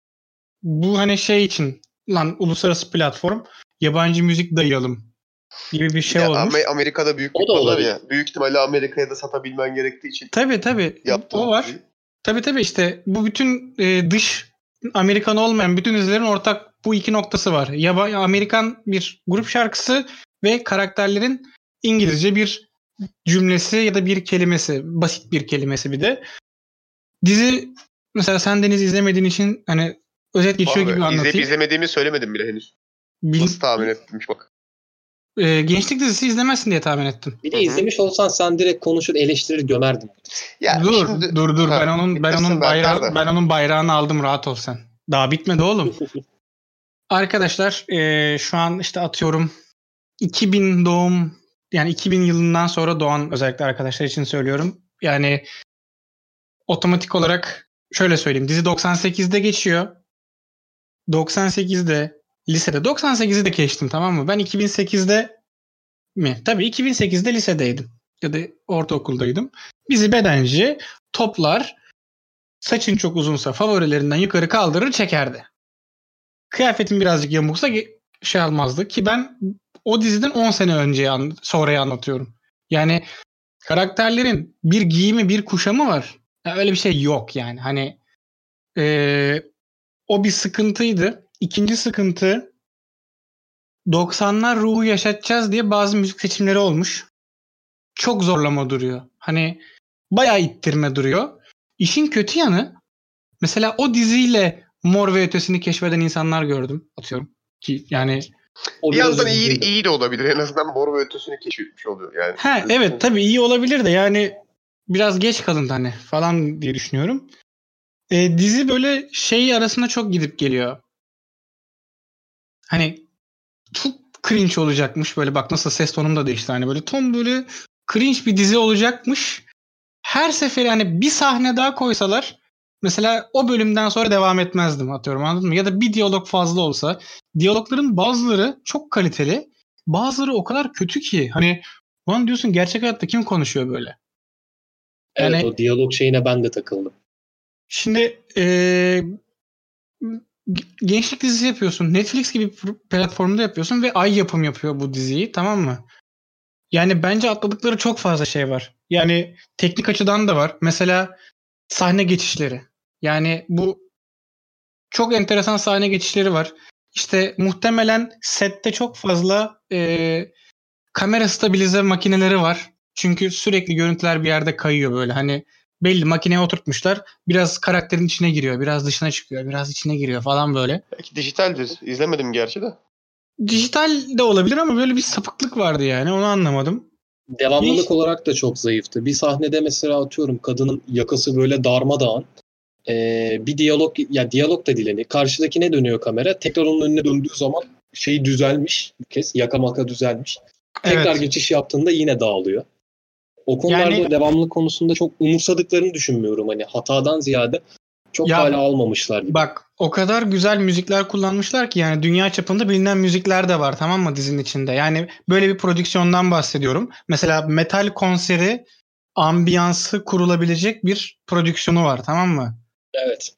bu hani şey için, lan uluslararası platform, yabancı müzik dayayalım gibi bir şey ya olmuş. Am- Amerika'da büyük O bir da pazar olabilir. ya. Büyük ihtimalle Amerika'ya da satabilmen gerektiği için Tabii tabii. yaptım. O var. Tabii tabii işte bu bütün e, dış Amerikan olmayan bütün dizilerin ortak bu iki noktası var. Ya Amerikan bir grup şarkısı ve karakterlerin İngilizce bir cümlesi ya da bir kelimesi, basit bir kelimesi bir de. Dizi mesela sen Deniz izlemediğin için hani özet geçiyor gibi İzleyip anlatayım. izlemediğimi söylemedim bile henüz. Bil- Nasıl tahmin etmiş bak. e, gençlik dizisi izlemezsin diye tahmin ettim. Bir de Hı hı. izlemiş olsan sen direkt konuşur, eleştirir, gömerdin. Ya dur şimdi- dur dur Ha, ben onun ben bitirsin onun Berker bayrağı de. ben onun bayrağını aldım, rahat ol sen. Daha bitmedi oğlum. Arkadaşlar e, şu an işte atıyorum iki bin doğum, yani iki bin yılından sonra doğan özellikle arkadaşlar için söylüyorum. Yani otomatik olarak şöyle söyleyeyim, dizi doksan sekizde geçiyor. doksan sekizde lisede, doksan sekizi de geçtim, tamam mı? Ben iki bin sekizde mi? Tabii iki bin sekizde lisedeydim ya da ortaokuldaydım. Bizi bedenci toplar, saçın çok uzunsa favorilerinden yukarı kaldırır çekerdi. Kıyafetin birazcık yamuksa şey almazdı ki ben o diziden on sene önce an- sonrayı anlatıyorum. Yani karakterlerin bir giyimi, bir kuşamı var. Ya öyle bir şey yok yani. Hani ee, o bir sıkıntıydı. İkinci sıkıntı, doksanlar ruhu yaşatacağız diye bazı müzik seçimleri olmuş. Çok zorlama duruyor. Hani bayağı ittirme duruyor. İşin kötü yanı, mesela o diziyle Mor ve Ötesi'ni keşfeden insanlar gördüm. Atıyorum ki yani O Bir biraz yandan iyi, üzücüydü. iyi de olabilir. En azından Mor ve Ötesi'ni keşfetmiş oluyor yani. ha evet tabii iyi olabilir de yani biraz geç kalındı hani falan diye düşünüyorum. E, dizi böyle şey arasında çok gidip geliyor. Hani çok cringe olacakmış, böyle bak nasıl ses tonum da değişti, hani böyle tam böyle cringe bir dizi olacakmış. Her sefer yani bir sahne daha koysalar mesela o bölümden sonra devam etmezdim atıyorum, anladın mı? Ya da bir diyalog fazla olsa, diyalogların bazıları çok kaliteli, bazıları o kadar kötü ki hani lan diyorsun gerçek hayatta kim konuşuyor böyle? Evet, Yani o diyalog şeyine ben de takıldım. şimdi eee, gençlik dizisi yapıyorsun. Netflix gibi bir platformda yapıyorsun ve Ay Yapım yapıyor bu diziyi, tamam mı? Yani bence atladıkları çok fazla şey var. Yani teknik açıdan da var. Mesela sahne geçişleri. Yani bu çok enteresan sahne geçişleri var. İşte muhtemelen sette çok fazla e, kamera stabilize makineleri var. Çünkü sürekli görüntüler bir yerde kayıyor böyle. Hani belli makineye oturtmuşlar. Biraz karakterin içine giriyor. Biraz dışına çıkıyor. Biraz içine giriyor falan böyle. Belki dijitaldir. İzlemedim gerçi de. Dijital de olabilir ama böyle bir sapıklık vardı yani. Onu anlamadım. Devamlılık Hiç- olarak da çok zayıftı. Bir sahnede mesela atıyorum kadının yakası böyle darmadağın. Ee, bir diyalog, ya diyalog da değil, hani karşıdakine dönüyor kamera. Tekrar onun önüne döndüğü zaman şey düzelmiş. Bir kez yaka maka düzelmiş. Tekrar Evet. geçiş yaptığında yine dağılıyor. O konularda Yani devamlılık konusunda çok umursadıklarını düşünmüyorum. Hani hatadan ziyade çok ya hala almamışlar gibi. bak, o kadar güzel müzikler kullanmışlar ki yani dünya çapında bilinen müzikler de var, tamam mı, dizinin içinde. Yani böyle bir prodüksiyondan bahsediyorum. Mesela metal konseri ambiyansı kurulabilecek bir prodüksiyonu var, tamam mı? Evet.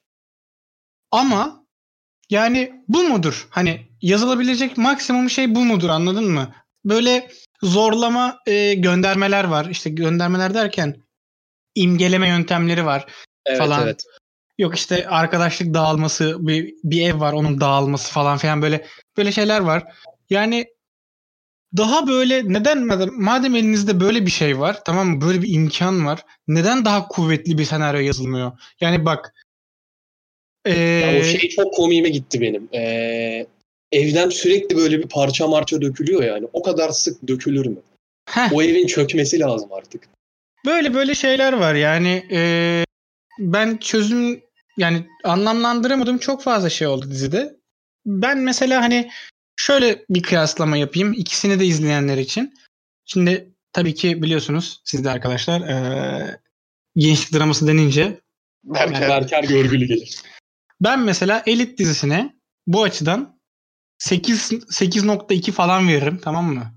Ama yani bu mudur? Hani yazılabilecek maksimum şey bu mudur, anladın mı? Böyle zorlama e, göndermeler var. İşte göndermeler derken imgeleme yöntemleri var Evet, falan. evet. Yok işte arkadaşlık dağılması, bir, bir ev var onun dağılması falan filan, böyle böyle şeyler var. Yani daha böyle neden, madem, madem elinizde böyle bir şey var, tamam mı? Böyle bir imkan var. Neden daha kuvvetli bir senaryo yazılmıyor? Yani bak Ya o ee, şey çok komiğime gitti benim. Ee, evden sürekli böyle bir parça marça dökülüyor yani. O kadar sık dökülür mü? heh, O evin çökmesi lazım artık. böyle böyle şeyler var. Yani ee, ben çözüm, yani anlamlandıramadığım çok fazla şey oldu dizide. Ben mesela hani şöyle bir kıyaslama yapayım ikisini de izleyenler için. Şimdi tabii ki biliyorsunuz siz de arkadaşlar, eee, gençlik draması denince Berker. Berker Görgülü gelir. ben mesela Elit dizisine bu açıdan sekiz sekiz nokta iki falan veririm, tamam mı?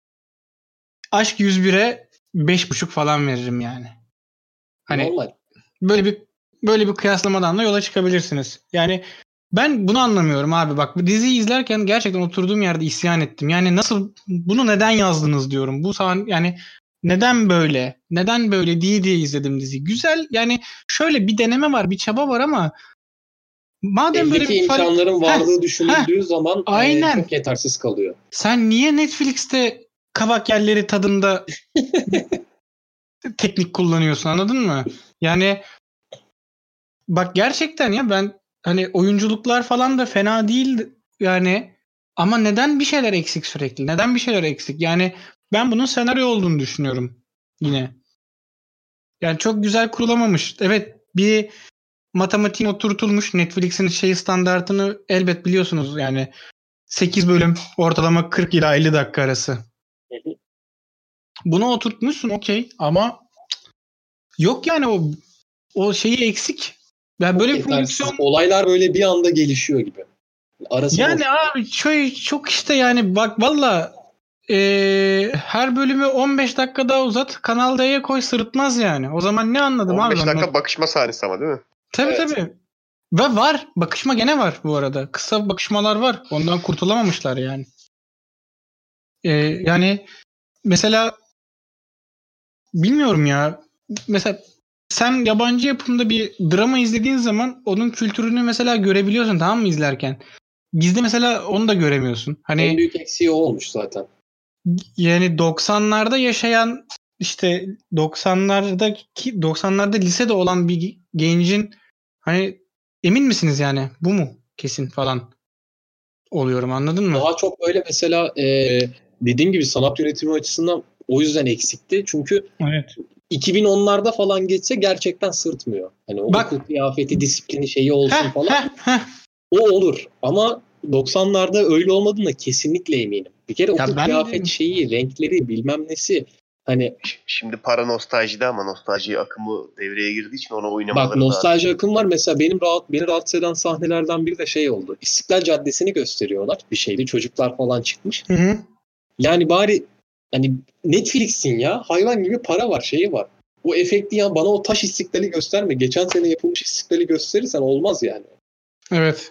Aşk yüz bire beş buçuk falan veririm yani. Hani Normal. böyle bir böyle bir kıyaslamadan da yola çıkabilirsiniz. Yani ben bunu anlamıyorum abi. Bak bu diziyi izlerken gerçekten oturduğum yerde isyan ettim. Yani nasıl, bunu neden yazdınız diyorum. Bu sahne yani neden böyle? Neden böyle diye diye izledim diziyi. Güzel yani, şöyle bir deneme var, bir çaba var ama madem böyle Eldeki bir fal... imkanların Heh, varlığı heh, düşünüldüğü zaman e, aynen. çok yetersiz kalıyor. Sen niye Netflix'te kavak yerleri tadında teknik kullanıyorsun, anladın mı? Yani bak gerçekten ya, ben hani oyunculuklar falan da fena değil yani, ama neden bir şeyler eksik sürekli? Neden bir şeyler eksik? Yani ben bunun senaryo olduğunu düşünüyorum yine. Yani çok güzel kurulamamış. Evet, bir matematiğin oturtulmuş. Netflix'in şey standartını elbet biliyorsunuz yani. sekiz bölüm ortalama kırk ila elli dakika arası. Bunu oturtmuşsun, okey, ama yok yani, o o şeyi eksik. Yani Çok böyle bir yetersiz. prodüksiyon. Olaylar böyle bir anda gelişiyor gibi. Arası Yani boş. abi çok, çok işte yani bak valla eee, her bölümü on beş dakika daha uzat, Kanal D'ye koy, sırıtmaz yani. O zaman ne anladım on abi beş ben? dakika bakışma sahnesi ama değil mi? Tabii Evet. tabii. Ve var. Bakışma gene var bu arada. Kısa bakışmalar var. Ondan kurtulamamışlar yani. Eee, yani mesela bilmiyorum ya. Mesela sen yabancı yapımda bir drama izlediğin zaman onun kültürünü mesela görebiliyorsun, tamam mı, izlerken. Bizde mesela onu da göremiyorsun. En Hani büyük eksiği o olmuş zaten. yani doksanlarda yaşayan, işte doksanlarda ki doksanlarda lisede olan bir gencin hani emin misiniz yani bu mu kesin falan oluyorum, anladın mı? Daha çok böyle mesela e, dediğim gibi sanat yönetimi açısından o yüzden eksikti. Çünkü Evet. iki bin onlarda falan geçse gerçekten sırtmıyor. Hani o Bak. okul kıyafeti, disiplini şeyi olsun Heh falan. heh heh. O olur. Ama doksanlarda öyle olmadığına kesinlikle eminim. Bir kere okul Ya ben kıyafet şeyi, renkleri, bilmem nesi. Hani Ş- Şimdi para nostaljide ama nostalji akımı devreye girdiği için ona oynamaları bak daha... nostalji akım var. Mesela benim rahat beni rahatsız eden sahnelerden biri de şey oldu. İstiklal Caddesi'ni gösteriyorlar. Bir şeydi. Çocuklar falan çıkmış. Hı hı. Yani bari hani Netflix'in ya hayvan gibi para var, şeyi var. O efekti ya bana o taş istiklali gösterme. Geçen sene yapılmış istiklali gösterirsen olmaz yani. Evet.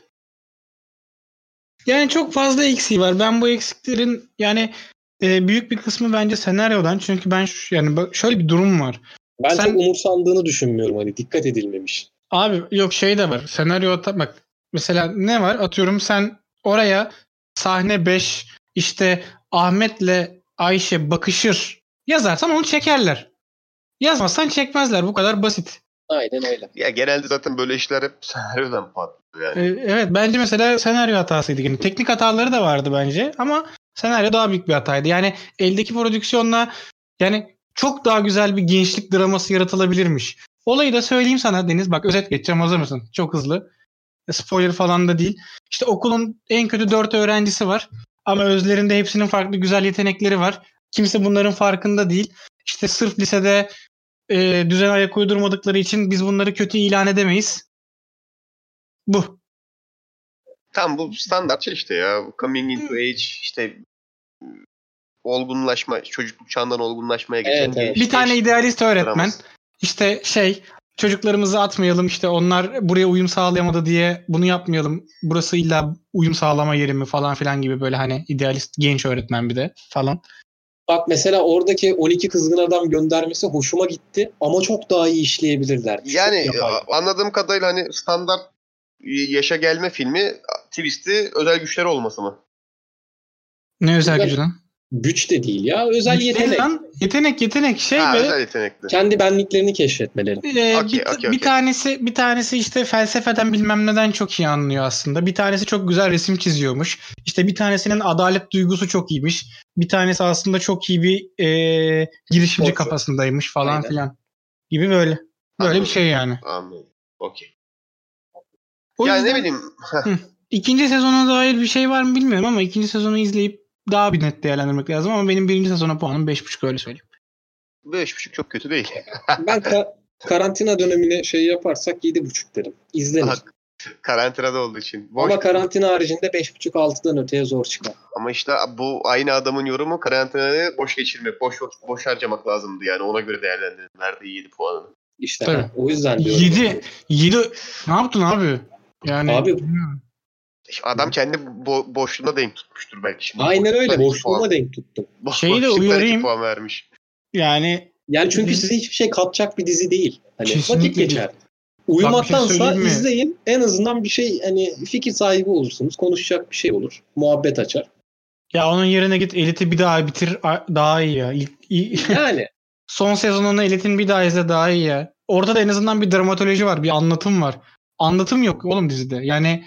Yani çok fazla eksiği var. Ben bu eksiklerin yani e, büyük bir kısmı bence senaryodan. Çünkü ben şu, yani bak- şöyle bir durum var. Ben Sen çok umursandığını düşünmüyorum, hani dikkat edilmemiş. abi yok şey de var. Senaryo ta- bak mesela ne var? Atıyorum sen oraya sahne beş işte Ahmet'le Ayşe bakışır yazarsan onu çekerler. Yazmazsan çekmezler. Bu kadar basit. Aynen öyle. Ya genelde zaten böyle işler hep senaryodan patlıyor E, yani. evet bence mesela senaryo hatasıydı. Yani teknik hataları da vardı bence ama senaryo daha büyük bir hataydı. Yani eldeki prodüksiyonla yani çok daha güzel bir gençlik draması yaratılabilirmiş. Olayı da söyleyeyim sana Deniz. Bak özet geçeceğim, hazır mısın? Çok hızlı. Spoiler falan da değil. İşte okulun en kötü dört öğrencisi var. Ama özlerinde hepsinin farklı güzel yetenekleri var. Kimse bunların farkında değil. İşte sırf lisede e, düzen ayak uydurmadıkları için biz bunları kötü ilan edemeyiz. Bu. Tam bu standart şey işte ya. Coming into age, işte olgunlaşma, çocukluk çağından olgunlaşmaya geçen Evet, evet. genç, Bir tane genç idealist öğretmen. draması. İşte şey çocuklarımızı atmayalım, işte onlar buraya uyum sağlayamadı diye bunu yapmayalım. Burası illa uyum sağlama yeri mi falan filan gibi böyle hani idealist genç öğretmen bir de falan. Bak mesela oradaki on iki kızgın adam göndermesi hoşuma gitti ama çok daha iyi işleyebilirler. Yani Çok yapay. a- anladığım kadarıyla hani standart yaşa gelme filmi twist'i özel güçleri olması mı? Ne özel Özel gücü lan? güç de değil ya. Özel Güç değil yetenek. lan. Yetenek yetenek şey Ha, be. özel yetenekli. Kendi benliklerini keşfetmeleri. Ee, Okey, bir, okey, bir okey. tanesi bir tanesi işte felsefeden bilmem neden çok iyi anlıyor aslında. Bir tanesi çok güzel resim çiziyormuş. İşte bir tanesinin adalet duygusu çok iyiymiş. Bir tanesi aslında çok iyi bir e, girişimci Sporcu. kafasındaymış falan Aynen. filan gibi böyle. Böyle bir Anladım. şey yani. Anladım. Okey. O Yani ne yüzden bileyim. hı, ikinci sezona dair bir şey var mı bilmiyorum ama ikinci sezonu izleyip daha bir net değerlendirmek lazım ama benim birinci sezona puanım beş buçuk, öyle söyleyeyim. Beş buçuk çok kötü değil. Ben ka- karantina dönemine şey yaparsak yedi buçuk derim. İzlenir. Karantinada olduğu için. Boş, Ama karantina haricinde beş buçuk altıdan öteye zor çıkar. ama işte bu aynı adamın yorumu, karantinayı boş geçirmek, boş boş harcamak lazımdı yani, ona göre değerlendirin. Nerede yedi puanını? İşte Tabii. ha, o yüzden diyorum. yedi yedi ne yaptın abi? Yani Abi bilmiyorum. Adam kendi bo- boşluğuna denk tutmuştur belki şimdi. aynen öyle. Boşluktan iki Boşluğuma puan. denk tuttum. Bo- Şeyi de boşluktan iki uyarayım. puan vermiş. Yani Yani çünkü Dizi- size hiçbir şey katacak bir dizi değil. Hani Kesinlikle vakit geçer. değil. Bak Uyumaktansa bir şey söyleyeyim mi? izleyin. En azından bir şey, hani fikir sahibi olursunuz. Konuşacak bir şey olur. Muhabbet açar. Ya onun yerine git Elite'i bir daha bitir, a- daha iyi ya. İlk, iyi- Yani Son sezonunu Elite'in bir daha izle, daha iyi ya. Orada da en azından bir dramatoloji var, bir anlatım var. Anlatım yok oğlum dizide. Yani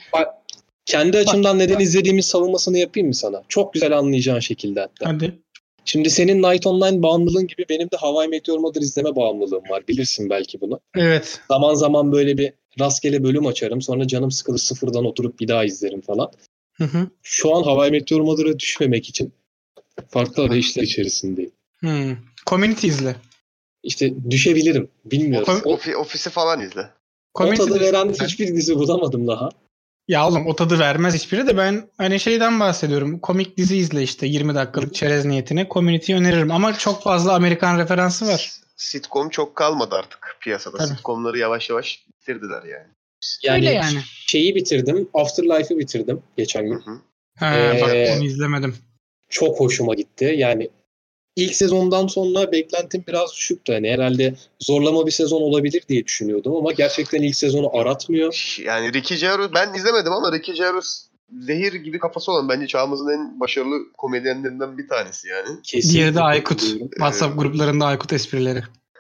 kendi açımdan neden izlediğimiz savunmasını yapayım mı sana? Çok güzel anlayacağın şekilde hatta. hadi. Şimdi senin Night Online bağımlılığın gibi benim de How I Met Your Mother izleme bağımlılığım var. Bilirsin belki bunu. Evet. Zaman zaman böyle bir rastgele bölüm açarım. Sonra canım sıkılır, sıfırdan oturup bir daha izlerim falan. Hı hı. Şu an How I Met Your Mother'a düşmemek için farklı arayışlar içerisindeyim. Hmm. Community izle. İşte düşebilirim. Bilmiyorum. Ofis- O, Ofi- ofisi falan izle. o Community tadı de- veren hiçbir dizi bulamadım daha. Ya oğlum o tadı vermez hiçbiri de, ben hani şeyden bahsediyorum. Komik dizi izle işte yirmi dakikalık çerez niyetine. Community'yi öneririm ama çok fazla Amerikan referansı var. Sitcom çok kalmadı artık piyasada. Tabii. Sitcomları yavaş yavaş bitirdiler yani. Yani, Öyle yani. şeyi bitirdim. Afterlife'ı bitirdim geçen Hı gün. hı. Ha, Ee, bak onu izlemedim. Çok hoşuma gitti. Yani ilk sezondan sonra beklentim biraz düşüktü. Hani herhalde zorlama bir sezon olabilir diye düşünüyordum ama gerçekten ilk sezonu aratmıyor. Yani Ricky Gervais, ben izlemedim ama Ricky Gervais zehir gibi kafası olan, bence çağımızın en başarılı komedyenlerinden bir tanesi yani. Kesinlikle Diğeri de Aykut. katılıyorum. WhatsApp gruplarında Aykut esprileri.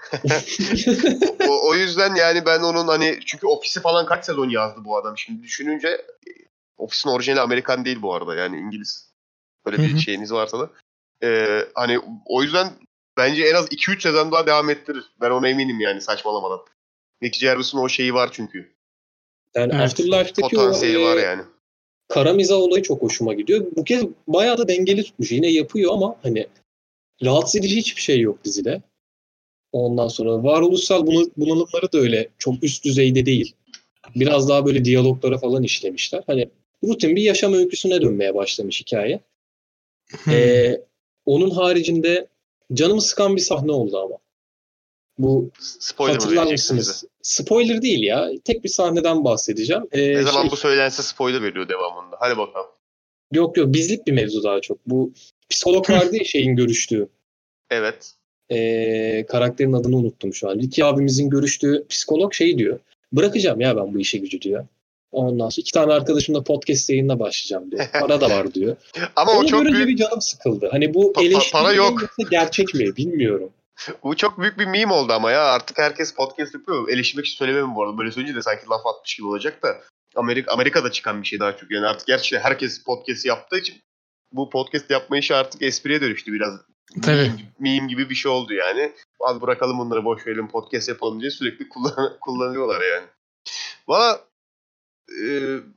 o, o yüzden yani ben onun hani, çünkü Office'i falan kaç sezon yazdı bu adam. Şimdi düşününce Office'in orijinali Amerikan değil bu arada, yani İngiliz. Böyle Hı bir hı. şeyiniz varsa da. Ee, hani o yüzden bence en az iki üç sezon daha devam ettirir. Ben ona eminim yani, saçmalamadan. Ricky Gervais'in o şeyi var çünkü. Yani Evet. Afterlife'daki o Potansiyeli e, var yani. kara mizah olayı çok hoşuma gidiyor. Bu kez bayağı da dengeli tutmuş. Yine yapıyor ama hani rahatsız edici hiçbir şey yok dizide. Ondan sonra varoluşsal bunalımları da öyle çok üst düzeyde değil. Biraz daha böyle diyaloglara falan işlemişler. Hani rutin bir yaşam öyküsüne dönmeye başlamış hikaye. Hmm. Ee, onun haricinde canımı sıkan bir sahne oldu ama. Bu Spoiler mı hatırlar vereceksiniz bize? mısınız? Spoiler değil ya. Tek bir sahneden bahsedeceğim. Ee, Ne zaman şey, bu söylense spoiler veriyor devamında. Hadi bakalım. Yok yok bizlik bir mevzu daha çok. Bu psikolog vardı ya şeyin görüştüğü. Evet. Ee, karakterin adını unuttum şu an. Ricky abimizin görüştüğü psikolog şey diyor. Bırakacağım ya ben bu işe gücü diyor. Ondan sonra iki tane arkadaşımla podcast yayınına başlayacağım diyor. Para da var diyor. Ama Onu o çok görünce büyük bir canım sıkıldı. Hani bu Pa- pa- eleştiri para mi yok. yoksa gerçek mi bilmiyorum. bu çok büyük bir meme oldu ama ya. Artık herkes podcast yapıyor. Eleştirmek için söylemem bu arada. Böyle söyleyince de sanki laf atmış gibi olacak da. Amerika Amerika'da çıkan bir şey daha çok. Yani artık gerçi herkes podcast yaptığı için bu podcast yapma işi artık espriye dönüştü biraz. Tabii. Meme gibi bir şey oldu yani. Al bırakalım bunları, boş verelim, podcast yapalım diye sürekli kullan- kullanıyorlar yani. Valla e,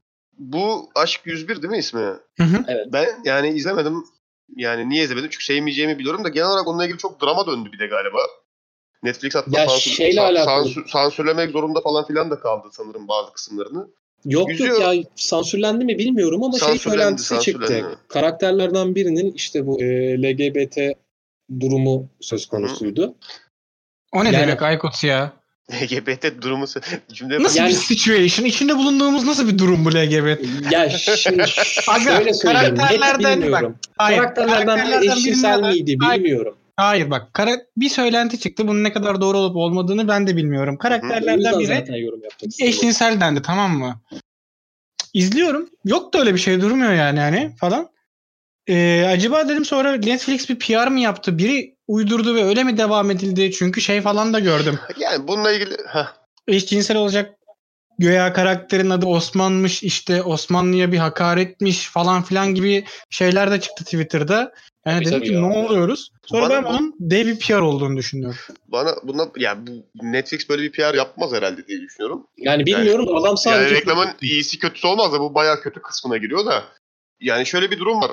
bu Aşk yüz bir değil mi ismi? Hı hı. Evet. Ben yani izlemedim. Yani niye izlemedim? Çünkü sevmeyeceğimi biliyorum da genel olarak onunla ilgili çok drama döndü bir de galiba. Netflix hatta Ya sansür, şeyle sa- alakalı. sansür- sansürlemek zorunda falan filan da kaldı sanırım bazı kısımlarını. Yok Yüzüyor. yok ya sansürlendi mi bilmiyorum ama şey Sansürlendi, söylentisi sansürlendi. çıktı. Karakterlerden birinin işte bu e, L G B T durumu söz konusuydu. O ne Yani- demek Aykut ya? L G B T durumu cümle Nasıl Yani- bir situation? İçinde bulunduğumuz nasıl bir durum bu L G B T? Ya şimdi Aga, şöyle söyleyeyim. Net karakterlerden bilmiyorum. Hayır, Karakterlerden biri eşcinsel birine- miydi Hayır. bilmiyorum. Hayır bak kara- bir söylenti çıktı. Bunun ne kadar doğru olup olmadığını ben de bilmiyorum. O Karakterlerden yüzden biri zaten yorum yapmak istedim. eşcinsel dendi, tamam mı? İzliyorum. Yok da öyle bir şey durmuyor yani hani falan. Ee, acaba dedim sonra Netflix bir P R mı yaptı? Biri uydurdu ve öyle mi devam edildi? Çünkü şey falan da gördüm. yani bununla ilgili heh, Eşcinsel olacak göya karakterin adı Osman'mış, işte Osmanlı'ya bir hakaretmiş falan filan gibi şeyler de çıktı Twitter'da. Yani Tabii, dedim tabii ki ya. ne oluyoruz? Sonra Bana ben bu- bunun dev bir P R olduğunu düşünüyorum. bana buna yani bu Netflix böyle bir P R yapmaz herhalde diye düşünüyorum. Yani bilmiyorum adam sadece... Yani reklamın iyisi kötüsü olmaz da bu bayağı kötü kısmına giriyor da. Yani şöyle bir durum var.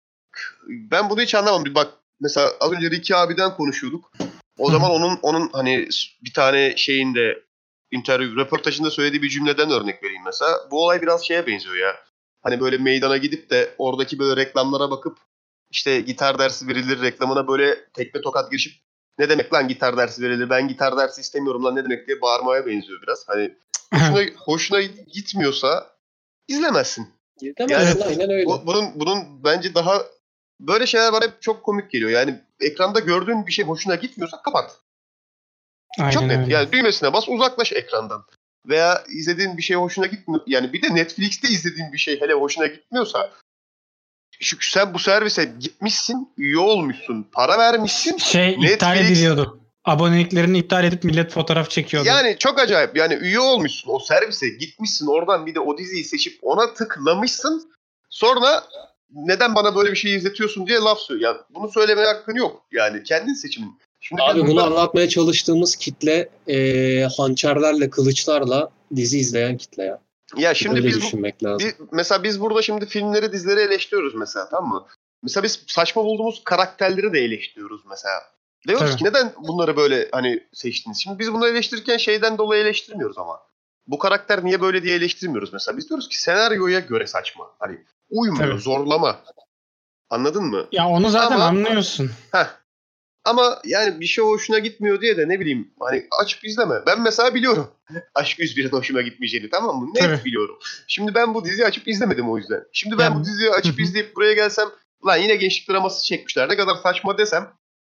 Ben bunu hiç anlamam. Bir bak mesela az önce Ricky abiden konuşuyorduk. O zaman onun onun hani bir tane şeyinde interview röportajında söylediği bir cümleden örnek vereyim mesela. Bu olay biraz şeye benziyor ya. Hani böyle meydana gidip de oradaki böyle reklamlara bakıp işte gitar dersi verilir reklamına böyle tekme tokat girişip ne demek lan gitar dersi verilir, ben gitar dersi istemiyorum lan ne demek diye bağırmaya benziyor biraz. Hani hoşuna, hoşuna gitmiyorsa izlemezsin. İzlemezsin, Yani aynen öyle. Bu, bunun bunun bence daha böyle şeyler bana hep çok komik geliyor. Yani ekranda gördüğün bir şey hoşuna gitmiyorsa kapat. Aynen Çok net. öyle. Yani düğmesine bas, uzaklaş ekrandan. Veya izlediğin bir şey hoşuna gitmiyor. Yani bir de Netflix'te izlediğin bir şey hele hoşuna gitmiyorsa şu sen bu servise gitmişsin, üye olmuşsun, para vermişsin. Şey iptal Netflix- ediliyordu. Aboneliklerini iptal edip millet fotoğraf çekiyordu. Yani çok acayip. Yani üye olmuşsun o servise, gitmişsin oradan bir de o diziyi seçip ona tıklamışsın. Sonra neden bana böyle bir şey izletiyorsun diye laf söylüyor. Yani bunu söylemeye hakkın yok. Yani kendin seçimin. Şimdi Abi biz bunu burada- anlatmaya çalıştığımız kitle e, hançerlerle, kılıçlarla dizi izleyen kitle ya. ya şimdi Öyle biz bu, düşünmek lazım. bir, mesela biz burada şimdi filmleri, dizileri eleştiriyoruz mesela, tamam mı? Mesela biz saçma bulduğumuz karakterleri de eleştiriyoruz mesela. Diyoruz Tabii. ki neden bunları böyle hani seçtiniz? Şimdi biz bunu eleştirirken şeyden dolayı eleştirmiyoruz ama. Bu karakter niye böyle diye eleştirmiyoruz mesela. Biz diyoruz ki senaryoya göre saçma. Hani uymuyor, Tabii. zorlama. Anladın mı? Ya onu zaten Ama- anlıyorsun. Heh. Ama yani bir şey hoşuna gitmiyor diye de ne bileyim hani açıp izleme. Ben mesela biliyorum Aşk yüz birin hoşuma gitmeyeceğini, tamam mı? Net Tabii. biliyorum. Şimdi ben bu diziyi açıp izlemedim o yüzden. Şimdi ben Ya- bu diziyi açıp Hı hı. izleyip buraya gelsem lan yine gençlik draması çekmişler ne kadar saçma desem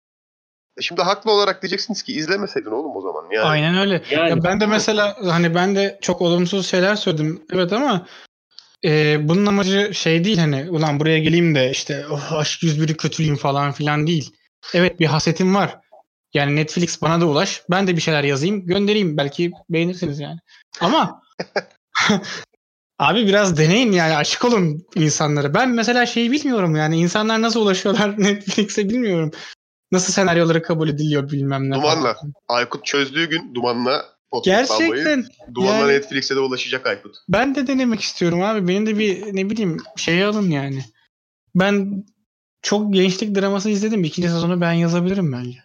e şimdi haklı olarak diyeceksiniz ki izlemeseydin oğlum o zaman. Yani. Aynen öyle. Yani Ya ben de mesela hani ben de çok olumsuz şeyler söyledim. Evet ama e, bunun amacı şey değil hani ulan buraya geleyim de işte oh, Aşk yüz biri kötüleyim falan filan değil. Evet bir hasetim var. Yani Netflix bana da ulaş. Ben de bir şeyler yazayım göndereyim. Belki beğenirsiniz yani. Ama abi biraz deneyin yani açık olun insanlara. Ben mesela şeyi bilmiyorum yani insanlar nasıl ulaşıyorlar Netflix'e bilmiyorum. Nasıl senaryoları kabul ediliyor bilmem ne. Dumanla. falan. Aykut çözdüğü gün Duman'la podcast almayı. Gerçekten. Duman'la yani- Netflix'e de ulaşacak Aykut. Ben de denemek istiyorum abi. Benim de bir ne bileyim şey alın yani. Ben çok gençlik draması izledim. İkinci sezonu ben yazabilirim bence.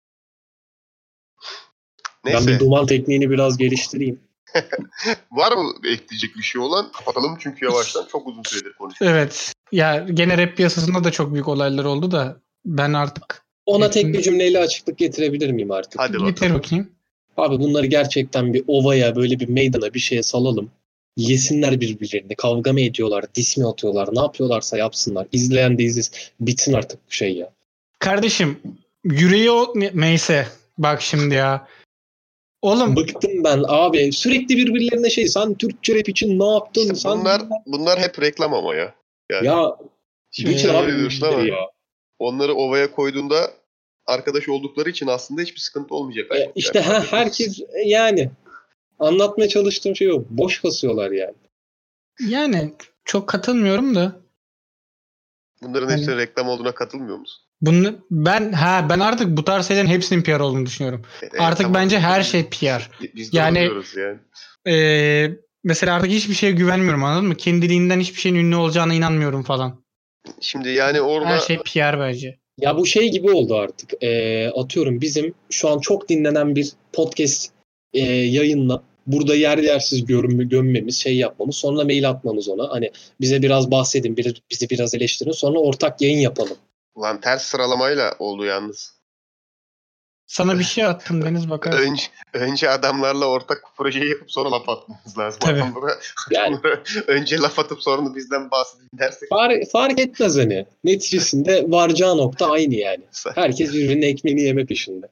Neyse. Ben bir duman tekniğini biraz geliştireyim. Var mı ekleyecek bir şey olan? Kapatalım çünkü yavaştan çok uzun süredir konuşuyoruz. Evet. Ya gene rap piyasasında da çok büyük olaylar oldu da ben artık Ona hepsini- tek bir cümleyle açıklık getirebilir miyim artık? Hadi Getir bakalım. bakayım. Abi bunları gerçekten bir ovaya, böyle bir meydana bir şeye salalım. Yesinler birbirlerini. Kavga mı ediyorlar, dis mi atıyorlar, ne yapıyorlarsa yapsınlar. İzleyen de izlesin. Bitsin artık bu şey ya. Kardeşim yüreği o neyse. Bak şimdi ya. Oğlum Bıktım ben abi. Sürekli birbirlerine şey, sen Türkçe rap için ne yaptın? İşte sen bunlar bunlar hep reklam ama ya. Yani Ya şimdi geçin öyle abi diyorsun bu ama işleri ya. onları ovaya koyduğunda arkadaş oldukları için aslında hiçbir sıkıntı olmayacak. E, işte ha, herkes yani anlatmaya çalıştığım şey o. Boş kasıyorlar yani. yani çok katılmıyorum da. Bunların Hani- hepsinin reklam olduğuna katılmıyor musun? Bunu ben ha ben artık bu tarz şeylerin hepsinin P R olduğunu düşünüyorum. E, e, Artık tamam. bence her şey P R. Biz de Yani- onu diyoruz yani. Ee, mesela artık hiçbir şeye güvenmiyorum, anladın mı? Kendiliğinden hiçbir şeyin ünlü olacağına inanmıyorum falan. Şimdi yani orada Her şey P R bence. Ya bu şey gibi oldu artık. E, atıyorum bizim şu an çok dinlenen bir podcast e, yayınla burada yer yersiz görünme, gömmemiz, şey yapmamız, sonra mail atmamız ona. Hani bize biraz bahsedin, bir, bizi biraz eleştirin, sonra ortak yayın yapalım. ulan ters sıralamayla oldu yalnız. Sana bir şey attım Deniz, bakar. Önce, önce adamlarla ortak projeyi yapıp sonra laf atmamız lazım. Tabii. Adamlara, Yani adamlara önce laf atıp sonra da bizden bahsedin dersek. fark, fark etmez hani. Neticesinde varacağı nokta aynı yani. Herkes birbirinin ekmeğini yeme peşinde.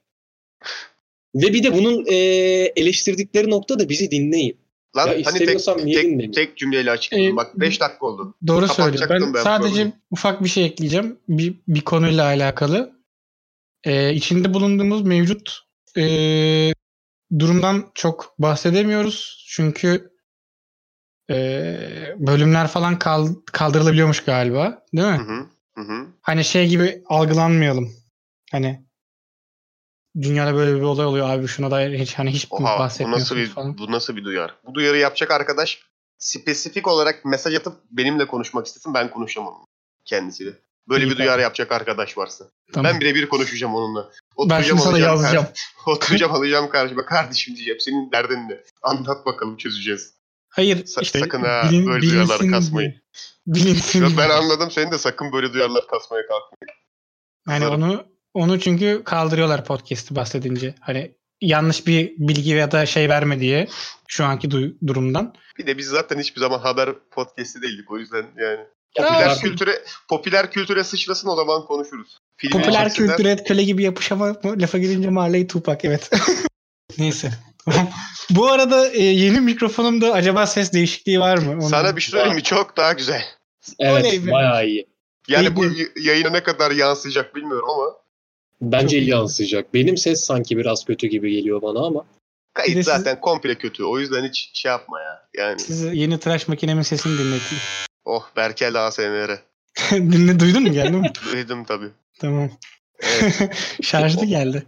Ve bir de bunun e, eleştirdikleri nokta da bizi dinleyin. Lan Ya hani tek, istemiyorsam niye tek, dinlemeyeyim? tek cümleyle açıkladım. Ee, Bak beş dakika oldu. Doğru söylüyor. Kapatacaktım Ben, ben sadece programı. ufak bir şey ekleyeceğim. Bir, bir konuyla alakalı. Ee, içinde bulunduğumuz mevcut ee, durumdan çok bahsedemiyoruz. Çünkü ee, bölümler falan kal- kaldırılabiliyormuş galiba. Değil mi? Hı hı. Hı hı. Hani şey gibi algılanmayalım. Hani dünyada böyle bir olay oluyor abi, şuna dair hiç hani hiç Oha bu nasıl bahsetmiyorsunuz bir falan. bu nasıl bir duyar? Bu duyarı yapacak arkadaş spesifik olarak mesaj atıp benimle konuşmak istesin, ben konuşamam kendisiyle. Böyle İyi, bir duyar yapacak arkadaş varsa. Tamam. Ben birebir konuşacağım onunla. Ben Oturacağım şimdi sana alacağım yazacağım. kar- Oturacağım alacağım karşıma. Kardeşim diyeceğim. Senin derdin ne? Anlat bakalım, çözeceğiz. Hayır Sa- işte sakın ha, bilin, böyle duyarlar bilinsin kasmayın. diye. Bilinsin Yok, diye. ben anladım seni de, sakın böyle duyarlar kasmaya kalkmayın. Hani Kızarım. onu onu çünkü kaldırıyorlar podcast'i bahsedince. Hani yanlış bir bilgi ya da şey verme diye şu anki du- durumdan. Bir de biz zaten hiçbir zaman haber podcast'i değildik, o yüzden yani. Ya Popüler artık- kültüre popüler kültüre sıçrasın, o zaman konuşuruz. Filmi Popüler çeksinler. kültüre köle gibi yapışama lafa gelince Marley Tupac, evet. Neyse. Tamam. Bu arada e, yeni mikrofonumda acaba ses değişikliği var mı? Onu- Sana bir şey söyleyeyim mi? Çok daha güzel. Evet, Oley be. bayağı iyi. Yani bu İyi. y- yayına ne kadar yansıyacak bilmiyorum ama Bence Çok iyi. yansıyacak. Benim ses sanki biraz kötü gibi geliyor bana ama. kayıt Bir de siz- zaten komple kötü. O yüzden hiç şey yapma ya. Yani Size yeni tıraş makinemin sesini dinleteyim. oh, Berkel A S M R. Dinle, duydun mu, geldi mi? Duydum tabii. Tamam. Evet. Şarjlı geldi.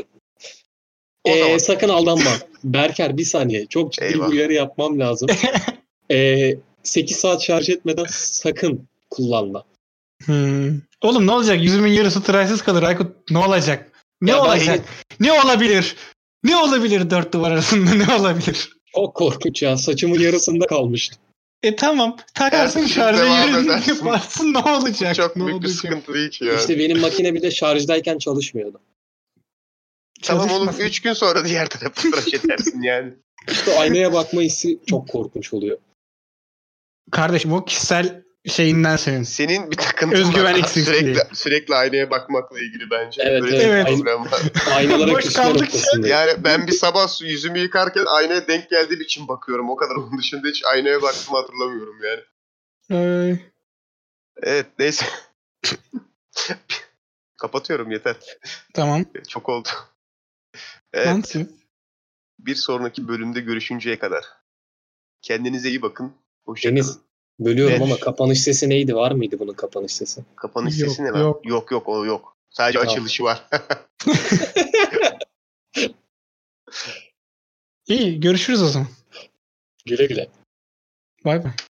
O Ee, zaman sakın aldanma. Berker bir saniye. Çok ciddi Eyvah. bir uyarı yapmam lazım. Ee, sekiz saat şarj etmeden sakın kullanma. Hmm. Oğlum ne olacak? Yüzümün yarısı tıraşsız kalır Aykut. Ne olacak? Ne Ya ben olacak? Ne olabilir? Ne olabilir dört duvar arasında, ne olabilir? Çok korkunç ya. Saçımın yarısında kalmıştı. E tamam. Takarsın Ertesi şarjı devam yerini edersin. yaparsın, ne olacak? çok ne büyük bir olacak? sıkıntı değil ki ya. İşte benim makine bir de şarjdayken çalışmıyordu. Tamam oğlum, Çalışmasın. üç gün sonra diğer tarafı tıraş edersin yani. İşte aynaya bakma hissi çok korkunç oluyor. Kardeşim o kişisel şeyinden senin. Senin bir takıntın Özgüven var. eksikliği. Sürekli, sürekli aynaya bakmakla ilgili bence. Evet, Böyle evet. bir problem var. Aynalara Boş küsme kaldık. noktasındayım. Yani ben bir sabah su- yüzümü yıkarken aynaya denk geldiğim için bakıyorum. O kadar, onun dışında hiç aynaya baktığımı hatırlamıyorum yani. Ay, Evet, neyse. Kapatıyorum, yeter. tamam. Çok oldu. Evet, Mantıklı. bir sonraki bölümde görüşünceye kadar. Kendinize iyi bakın. Hoşçakalın. Deniz, bölüyorum Ne? ama kapanış sesi neydi? Var mıydı bunun kapanış sesi? Kapanış Yok, sesi ne lan? yok. Yok yok, o yok. Sadece Tamam. açılışı var. İyi, görüşürüz o zaman. Güle güle. Bay bay.